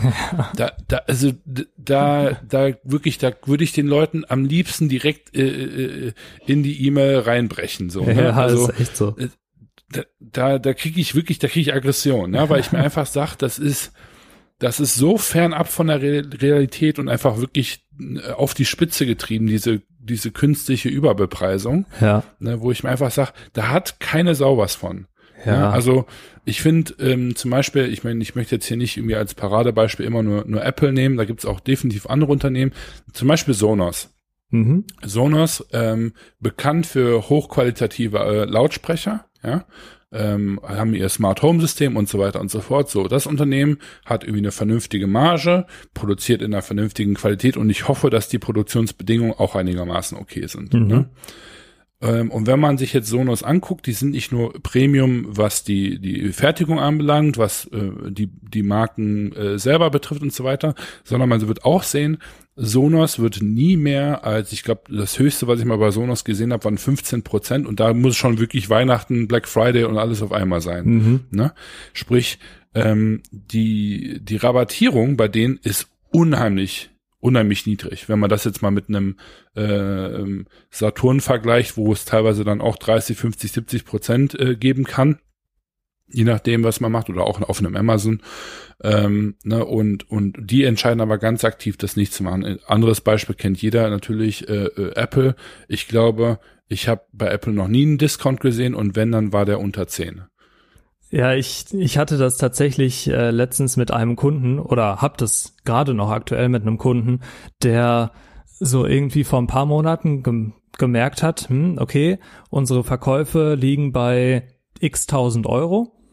Speaker 1: Da würde ich den Leuten am liebsten direkt in die E-Mail reinbrechen, so, ne?
Speaker 2: Ja, also, ist echt so.
Speaker 1: Da kriege ich Aggression, ja, weil ich mir einfach sage, das ist so fernab von der Realität und einfach wirklich auf die Spitze getrieben, diese künstliche Überbepreisung, ne, wo ich mir einfach sage, da hat keine Sau was von. Ja. Ja, also ich finde zum Beispiel, ich möchte jetzt hier nicht irgendwie als Paradebeispiel immer nur Apple nehmen, da gibt's auch definitiv andere Unternehmen, zum Beispiel Sonos. Sonos, bekannt für hochqualitative Lautsprecher, ja, haben ihr Smart Home System und so weiter und so fort. So, das Unternehmen hat irgendwie eine vernünftige Marge, produziert in einer vernünftigen Qualität und ich hoffe, dass die Produktionsbedingungen auch einigermaßen okay sind. Ne? Und wenn man sich jetzt Sonos anguckt, die sind nicht nur Premium, was die Fertigung anbelangt, was die Marken selber betrifft und so weiter, sondern man wird auch sehen, Sonos wird nie mehr als, ich glaube, das Höchste, was ich mal bei Sonos gesehen habe, waren 15% und da muss schon wirklich Weihnachten, Black Friday und alles auf einmal sein. Ne? Sprich, die Rabattierung bei denen ist unheimlich niedrig. Wenn man das jetzt mal mit einem Saturn vergleicht, wo es teilweise dann auch 30, 50, 70% geben kann, je nachdem, was man macht, oder auch auf einem Amazon, ne, und die entscheiden aber ganz aktiv, das nicht zu machen. Ein anderes Beispiel kennt jeder natürlich, Apple. Ich glaube, ich habe bei Apple noch nie einen Discount gesehen und wenn, dann war der unter 10.
Speaker 2: Ja, ich hatte das tatsächlich letztens mit einem Kunden oder hab das gerade noch aktuell mit einem Kunden, der so irgendwie vor ein paar Monaten gemerkt hat, okay, unsere Verkäufe liegen bei x 1000 €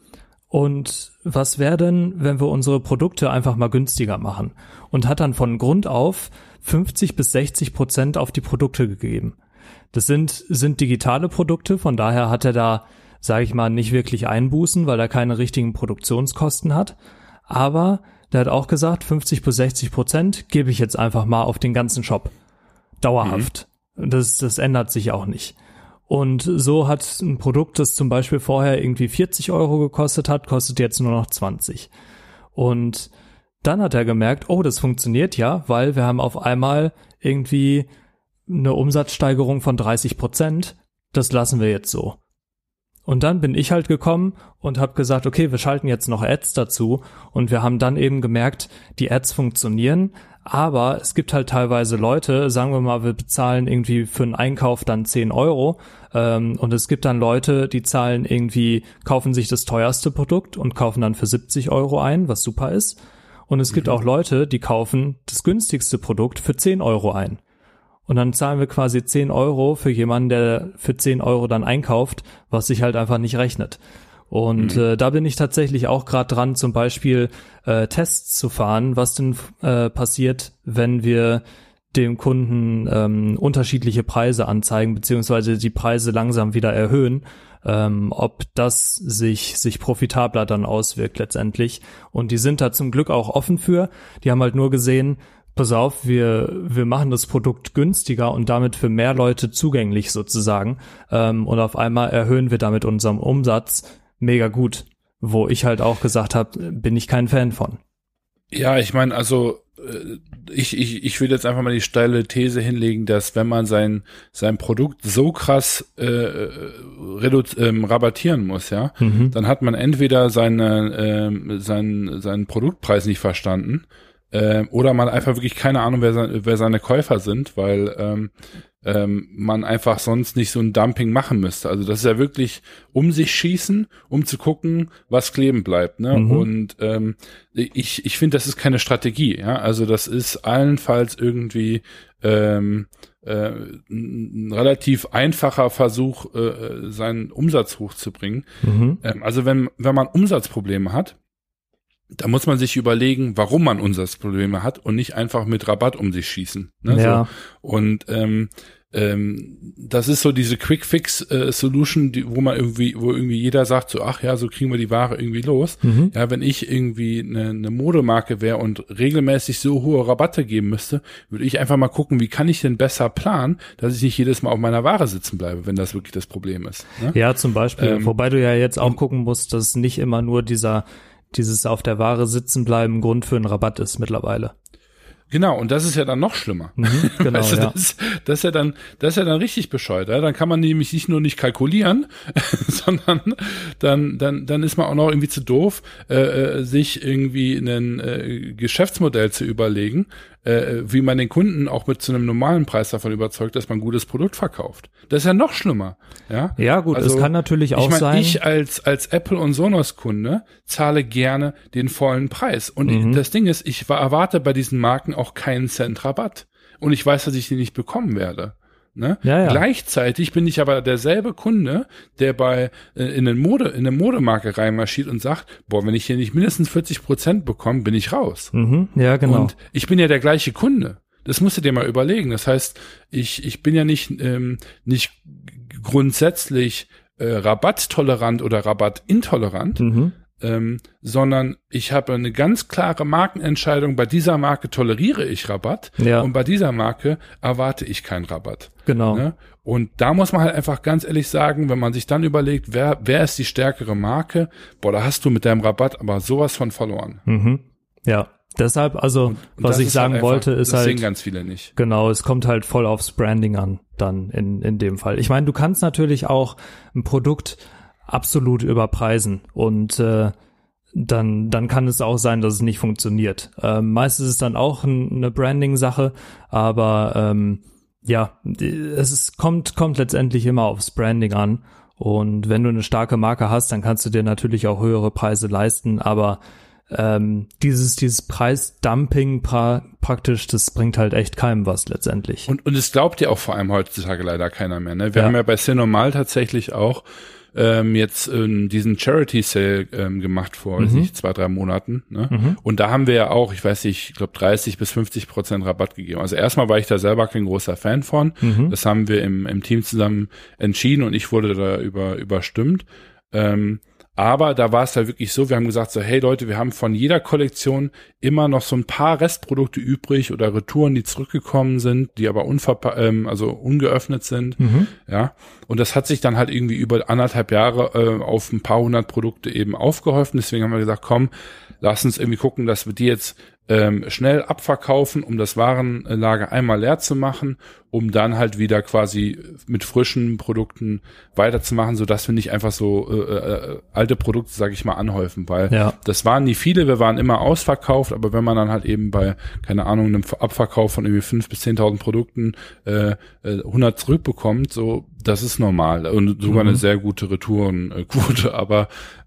Speaker 2: Und was wäre denn, wenn wir unsere Produkte einfach mal günstiger machen? Und hat dann von Grund auf 50-60% auf die Produkte gegeben. Das sind digitale Produkte, von daher hat er da, sage ich mal, nicht wirklich Einbußen, weil er keine richtigen Produktionskosten hat. Aber der hat auch gesagt, 50-60% gebe ich jetzt einfach mal auf den ganzen Shop. Dauerhaft. Das ändert sich auch nicht. Und so hat ein Produkt, das zum Beispiel vorher irgendwie 40 Euro gekostet hat, kostet jetzt nur noch 20. Und dann hat er gemerkt, oh, das funktioniert ja, weil wir haben auf einmal irgendwie eine Umsatzsteigerung von 30%. Das lassen wir jetzt so. Und dann bin ich halt gekommen und habe gesagt, okay, wir schalten jetzt noch Ads dazu. Und wir haben dann eben gemerkt, die Ads funktionieren. Aber es gibt halt teilweise Leute, sagen wir mal, wir bezahlen irgendwie für einen Einkauf dann 10 Euro und es gibt dann Leute, die zahlen irgendwie, kaufen sich das teuerste Produkt und kaufen dann für 70 Euro ein, was super ist. Und es gibt auch Leute, die kaufen das günstigste Produkt für 10 Euro ein. Und dann zahlen wir quasi 10 Euro für jemanden, der für 10 Euro dann einkauft, was sich halt einfach nicht rechnet. Und da bin ich tatsächlich auch gerade dran, zum Beispiel Tests zu fahren, was denn passiert, wenn wir dem Kunden unterschiedliche Preise anzeigen, beziehungsweise die Preise langsam wieder erhöhen, ob das sich profitabler dann auswirkt letztendlich. Und die sind da zum Glück auch offen für. Die haben halt nur gesehen, pass auf, wir machen das Produkt günstiger und damit für mehr Leute zugänglich sozusagen. Und auf einmal erhöhen wir damit unseren Umsatz. Mega gut, wo ich halt auch gesagt habe, bin ich kein Fan von.
Speaker 1: Ja, ich meine, also ich würde jetzt einfach mal die steile These hinlegen, dass wenn man sein Produkt so krass rabattieren muss, ja, dann hat man entweder seinen Produktpreis nicht verstanden oder man einfach wirklich keine Ahnung, wer seine Käufer sind, weil man einfach sonst nicht so ein Dumping machen müsste. Also das ist ja wirklich um sich schießen, um zu gucken, was kleben bleibt. Ne? Und ich finde, das ist keine Strategie. Ja, also das ist allenfalls irgendwie ein relativ einfacher Versuch, seinen Umsatz hochzubringen. Also wenn man Umsatzprobleme hat, da muss man sich überlegen, warum man Umsatzprobleme hat und nicht einfach mit Rabatt um sich schießen. Ne?
Speaker 2: Ja.
Speaker 1: So. Und das ist so diese Quick-Fix-Solution, wo irgendwie jeder sagt so, ach ja, so kriegen wir die Ware irgendwie los. Ja, wenn ich irgendwie eine Modemarke wäre und regelmäßig so hohe Rabatte geben müsste, würde ich einfach mal gucken, wie kann ich denn besser planen, dass ich nicht jedes Mal auf meiner Ware sitzen bleibe, wenn das wirklich das Problem ist. Ne?
Speaker 2: Ja, zum Beispiel. Wobei du ja jetzt auch gucken musst, dass nicht immer nur dieses auf der Ware sitzen bleiben Grund für einen Rabatt ist mittlerweile.
Speaker 1: Genau, und das ist ja dann noch schlimmer.
Speaker 2: Genau,
Speaker 1: weißt du,
Speaker 2: ja.
Speaker 1: Das ist ja dann richtig bescheuert. Ja? Dann kann man nämlich nicht nur nicht kalkulieren, sondern dann ist man auch noch irgendwie zu doof, sich irgendwie ein Geschäftsmodell zu überlegen, wie man den Kunden auch mit zu einem normalen Preis davon überzeugt, dass man ein gutes Produkt verkauft. Das ist ja noch schlimmer. Ja
Speaker 2: gut,
Speaker 1: also,
Speaker 2: es kann natürlich auch sein.
Speaker 1: Ich als Apple und Sonos Kunde zahle gerne den vollen Preis. Und das Ding ist, ich erwarte bei diesen Marken auch keinen Cent Rabatt. Und ich weiß, dass ich den nicht bekommen werde. Ne? Ja. Gleichzeitig bin ich aber derselbe Kunde, der in eine Modemarke reinmarschiert und sagt, boah, wenn ich hier nicht mindestens 40% bekomme, bin ich raus.
Speaker 2: Ja, genau.
Speaker 1: Und ich bin ja der gleiche Kunde. Das musst du dir mal überlegen. Das heißt, ich bin ja nicht grundsätzlich rabatttolerant oder rabattintolerant, sondern ich habe eine ganz klare Markenentscheidung. Bei dieser Marke toleriere ich Rabatt und bei dieser Marke erwarte ich keinen Rabatt.
Speaker 2: Genau.
Speaker 1: Ne? Und da muss man halt einfach ganz ehrlich sagen, wenn man sich dann überlegt, wer ist die stärkere Marke, boah, da hast du mit deinem Rabatt aber sowas von verloren.
Speaker 2: Ja. Deshalb, also, und was ich sagen halt wollte, ist
Speaker 1: das
Speaker 2: halt,
Speaker 1: sehen ganz viele nicht.
Speaker 2: Genau, es kommt halt voll aufs Branding an, dann in dem Fall. Ich meine, du kannst natürlich auch ein Produkt absolut überpreisen und dann kann es auch sein, dass es nicht funktioniert. Meistens ist es dann auch eine Branding-Sache, aber kommt letztendlich immer aufs Branding an. Und wenn du eine starke Marke hast, dann kannst du dir natürlich auch höhere Preise leisten, aber dieses Preisdumping praktisch, das bringt halt echt keinem was letztendlich.
Speaker 1: Und es glaubt ja auch vor allem heutzutage leider keiner mehr. Ne? Wir haben ja bei Cinemal tatsächlich auch jetzt diesen Charity Sale gemacht vor 2-3 Monaten. Ne? Und da haben wir ja auch, ich weiß nicht, ich glaube 30-50% Rabatt gegeben. Also erstmal war ich da selber kein großer Fan von. Das haben wir im Team zusammen entschieden und ich wurde da überstimmt. Aber da war es halt wirklich so, wir haben gesagt so, hey Leute, wir haben von jeder Kollektion immer noch so ein paar Restprodukte übrig oder Retouren, die zurückgekommen sind, die aber also ungeöffnet sind. Ja. Und das hat sich dann halt irgendwie über 1,5 Jahre auf ein paar hundert Produkte eben aufgehäuft. Deswegen haben wir gesagt, komm, lass uns irgendwie gucken, dass wir die jetzt schnell abverkaufen, um das Warenlager einmal leer zu machen, um dann halt wieder quasi mit frischen Produkten weiterzumachen, sodass wir nicht einfach so alte Produkte, sage ich mal, anhäufen, weil das waren nie viele, wir waren immer ausverkauft, aber wenn man dann halt eben bei, keine Ahnung, einem Abverkauf von irgendwie 5.000 bis 10.000 Produkten 100 zurückbekommt, so, das ist normal und sogar eine sehr gute Retourenquote, aber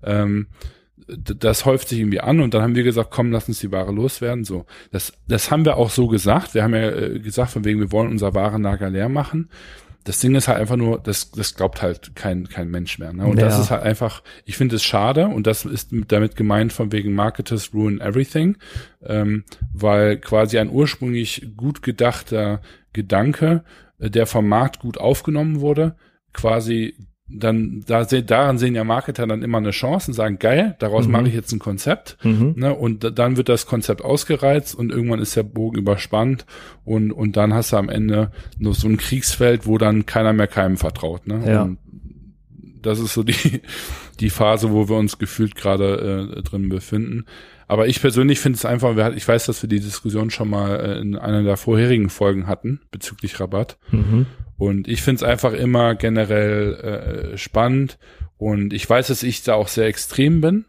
Speaker 1: das häuft sich irgendwie an und dann haben wir gesagt, komm, lass uns die Ware loswerden. So, das haben wir auch so gesagt. Wir haben ja gesagt, von wegen, wir wollen unser Warenlager leer machen. Das Ding ist halt einfach nur, das glaubt halt kein Mensch mehr. Ne? Und das ist halt einfach, ich finde es schade und das ist damit gemeint von wegen Marketers ruin everything, weil quasi ein ursprünglich gut gedachter Gedanke, der vom Markt gut aufgenommen wurde, quasi dann daran sehen ja Marketer dann immer eine Chance und sagen, geil, daraus mache ich jetzt ein Konzept, ne, und dann wird das Konzept ausgereizt und irgendwann ist der Bogen überspannt und dann hast du am Ende nur so ein Kriegsfeld, wo dann keiner mehr keinem vertraut, ne? Ja. Und das ist so die Phase, wo wir uns gefühlt gerade drin befinden. Aber ich persönlich finde es einfach, ich weiß, dass wir die Diskussion schon mal in einer der vorherigen Folgen hatten bezüglich Rabatt. Und ich finde es einfach immer generell spannend und ich weiß, dass ich da auch sehr extrem bin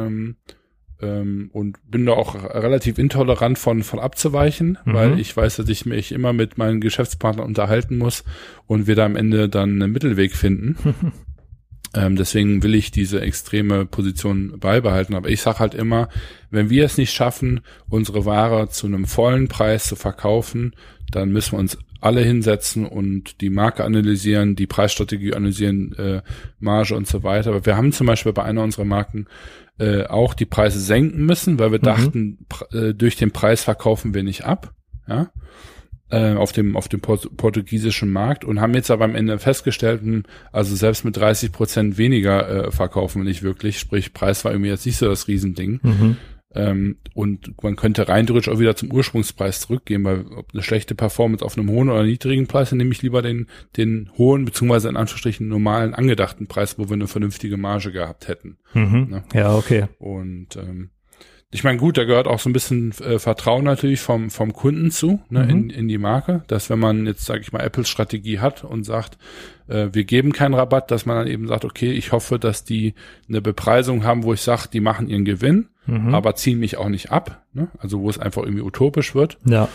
Speaker 1: und bin da auch relativ intolerant von abzuweichen, weil ich weiß, dass ich mich immer mit meinen Geschäftspartnern unterhalten muss und wir da am Ende dann einen Mittelweg finden. Deswegen will ich diese extreme Position beibehalten. Aber ich sage halt immer, wenn wir es nicht schaffen, unsere Ware zu einem vollen Preis zu verkaufen, dann müssen wir uns alle hinsetzen und die Marke analysieren, die Preisstrategie analysieren, Marge und so weiter. Aber wir haben zum Beispiel bei einer unserer Marken auch die Preise senken müssen, weil wir dachten, durch den Preis verkaufen wir nicht ab, ja, auf dem portugiesischen Markt und haben jetzt aber am Ende festgestellt, also selbst mit 30% weniger verkaufen wir nicht wirklich, sprich Preis war irgendwie jetzt nicht so das Riesending. Und man könnte rein theoretisch auch wieder zum Ursprungspreis zurückgehen, weil ob eine schlechte Performance auf einem hohen oder niedrigen Preis, dann nehme ich lieber den hohen, beziehungsweise in Anführungsstrichen normalen angedachten Preis, wo wir eine vernünftige Marge gehabt hätten. Ne?
Speaker 2: Ja, okay.
Speaker 1: Und ich meine, gut, da gehört auch so ein bisschen Vertrauen natürlich vom Kunden zu, ne, in die Marke, dass wenn man jetzt, sage ich mal, Apples Strategie hat und sagt, wir geben keinen Rabatt, dass man dann eben sagt, okay, ich hoffe, dass die eine Bepreisung haben, wo ich sage, die machen ihren Gewinn, aber ziehen mich auch nicht ab, ne? Also wo es einfach irgendwie utopisch wird.
Speaker 2: Ja.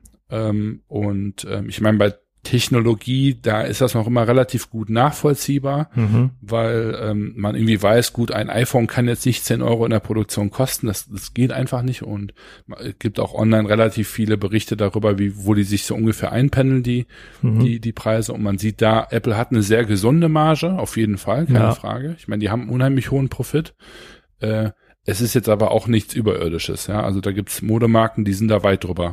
Speaker 1: Ich meine, bei Technologie, da ist das noch immer relativ gut nachvollziehbar, weil man irgendwie weiß, gut, ein iPhone kann jetzt nicht 10 Euro in der Produktion kosten, das geht einfach nicht und es gibt auch online relativ viele Berichte darüber, wo die sich so ungefähr einpendeln, die Preise und man sieht da, Apple hat eine sehr gesunde Marge, auf jeden Fall, keine Frage. Ich meine, die haben einen unheimlich hohen Profit. Es ist jetzt aber auch nichts Überirdisches, ja, also da gibt's Modemarken, die sind da weit drüber.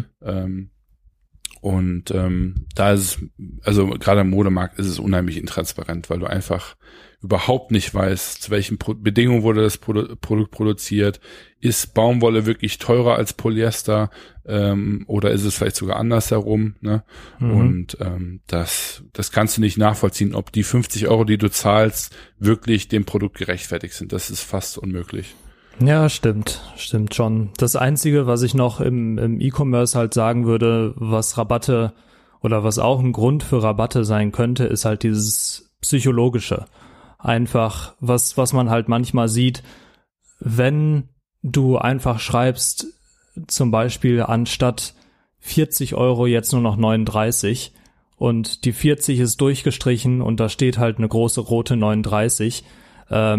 Speaker 1: Da ist es, also gerade im Modemarkt ist es unheimlich intransparent, weil du einfach überhaupt nicht weißt, zu welchen Bedingungen wurde das Produkt produziert. Ist Baumwolle wirklich teurer als Polyester oder ist es vielleicht sogar andersherum? Ne? Und das kannst du nicht nachvollziehen, ob die 50 Euro, die du zahlst, wirklich dem Produkt gerechtfertigt sind. Das ist fast unmöglich.
Speaker 2: Ja, stimmt schon. Das Einzige, was ich noch im E-Commerce halt sagen würde, was Rabatte oder was auch ein Grund für Rabatte sein könnte, ist halt dieses Psychologische. Einfach, was man halt manchmal sieht, wenn du einfach schreibst, zum Beispiel anstatt 40 Euro jetzt nur noch 39 und die 40 ist durchgestrichen und da steht halt eine große rote 39,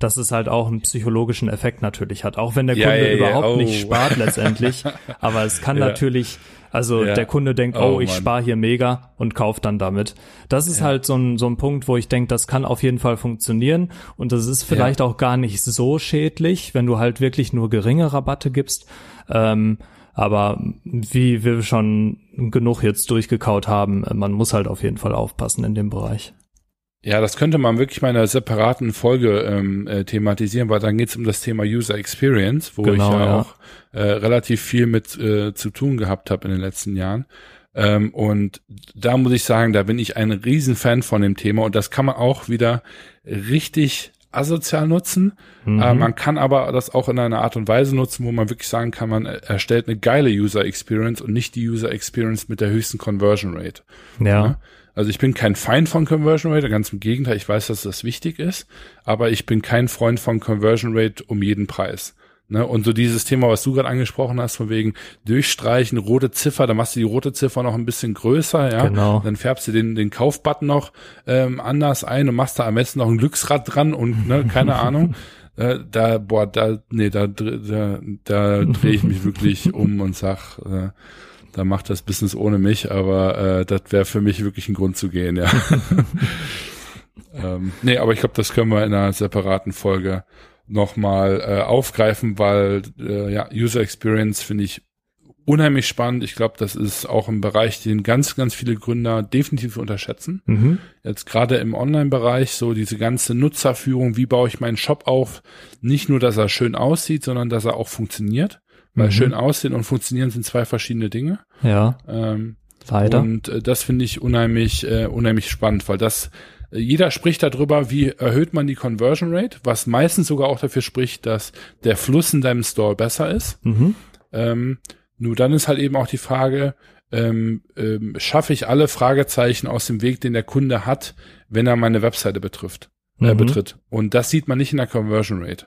Speaker 2: dass es halt auch einen psychologischen Effekt natürlich hat, auch wenn der Kunde überhaupt nicht spart letztendlich, aber es kann natürlich, also der Kunde denkt, ich spare hier mega und kauft dann damit. Das ist halt so ein Punkt, wo ich denke, das kann auf jeden Fall funktionieren und das ist vielleicht auch gar nicht so schädlich, wenn du halt wirklich nur geringe Rabatte gibst, aber wie wir schon genug jetzt durchgekaut haben, man muss halt auf jeden Fall aufpassen in dem Bereich.
Speaker 1: Ja, das könnte man wirklich mal in einer separaten Folge thematisieren, weil dann geht es um das Thema User Experience, wo ich auch relativ viel mit zu tun gehabt habe in den letzten Jahren. Und da muss ich sagen, da bin ich ein Riesenfan von dem Thema und das kann man auch wieder richtig asozial nutzen. Man kann aber das auch in einer Art und Weise nutzen, wo man wirklich sagen kann, man erstellt eine geile User Experience und nicht die User Experience mit der höchsten Conversion Rate. Ja. Also ich bin kein Feind von Conversion Rate, ganz im Gegenteil, ich weiß, dass das wichtig ist, aber ich bin kein Freund von Conversion Rate um jeden Preis. Ne? Und so dieses Thema, was du gerade angesprochen hast, von wegen durchstreichen, rote Ziffer, dann machst du die rote Ziffer noch ein bisschen größer, ja.
Speaker 2: Genau.
Speaker 1: Dann färbst du den Kaufbutton noch anders ein und machst da am besten noch ein Glücksrad dran und keine Ahnung. Da drehe ich mich wirklich um und sag, da macht das Business ohne mich, aber das wäre für mich wirklich ein Grund zu gehen, ja. Aber ich glaube, das können wir in einer separaten Folge nochmal aufgreifen, weil User Experience finde ich unheimlich spannend. Ich glaube, das ist auch ein Bereich, den ganz, ganz viele Gründer definitiv unterschätzen. Jetzt gerade im Online-Bereich, so diese ganze Nutzerführung, wie baue ich meinen Shop auf? Nicht nur, dass er schön aussieht, sondern dass er auch funktioniert. Weil schön aussehen und funktionieren sind zwei verschiedene Dinge.
Speaker 2: Ja. Leider.
Speaker 1: Und das finde ich unheimlich spannend, weil jeder spricht darüber, wie erhöht man die Conversion Rate, was meistens sogar auch dafür spricht, dass der Fluss in deinem Store besser ist. Nur dann ist halt eben auch die Frage, schaffe ich alle Fragezeichen aus dem Weg, den der Kunde hat, wenn er meine Webseite betritt. Und das sieht man nicht in der Conversion Rate.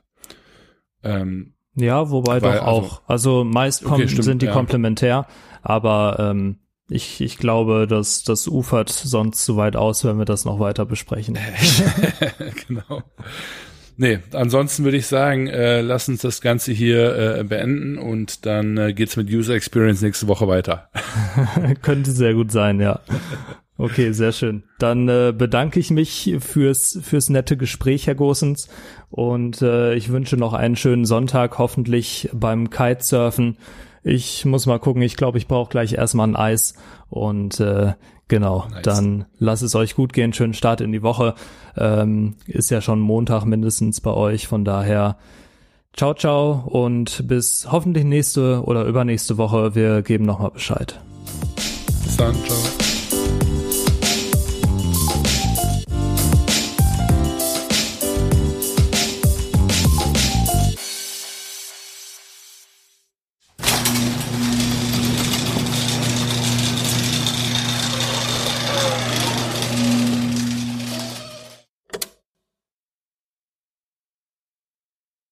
Speaker 2: Ja, wobei doch auch. Also meist sind die komplementär, aber ich glaube, dass das ufert sonst zu weit aus, wenn wir das noch weiter besprechen.
Speaker 1: Genau. Nee, ansonsten würde ich sagen, lass uns das Ganze hier beenden und dann geht's mit User Experience nächste Woche weiter.
Speaker 2: Könnte sehr gut sein, ja. Okay, sehr schön. Dann bedanke ich mich fürs nette Gespräch, Herr Goossens, und ich wünsche noch einen schönen Sonntag, hoffentlich beim Kitesurfen. Ich muss mal gucken, ich glaube, ich brauche gleich erstmal ein Eis und genau, nice. Dann lasst es euch gut gehen, schönen Start in die Woche. Ist ja schon Montag mindestens bei euch, von daher ciao, ciao und bis hoffentlich nächste oder übernächste Woche. Wir geben nochmal Bescheid.
Speaker 1: Bis dann, ciao.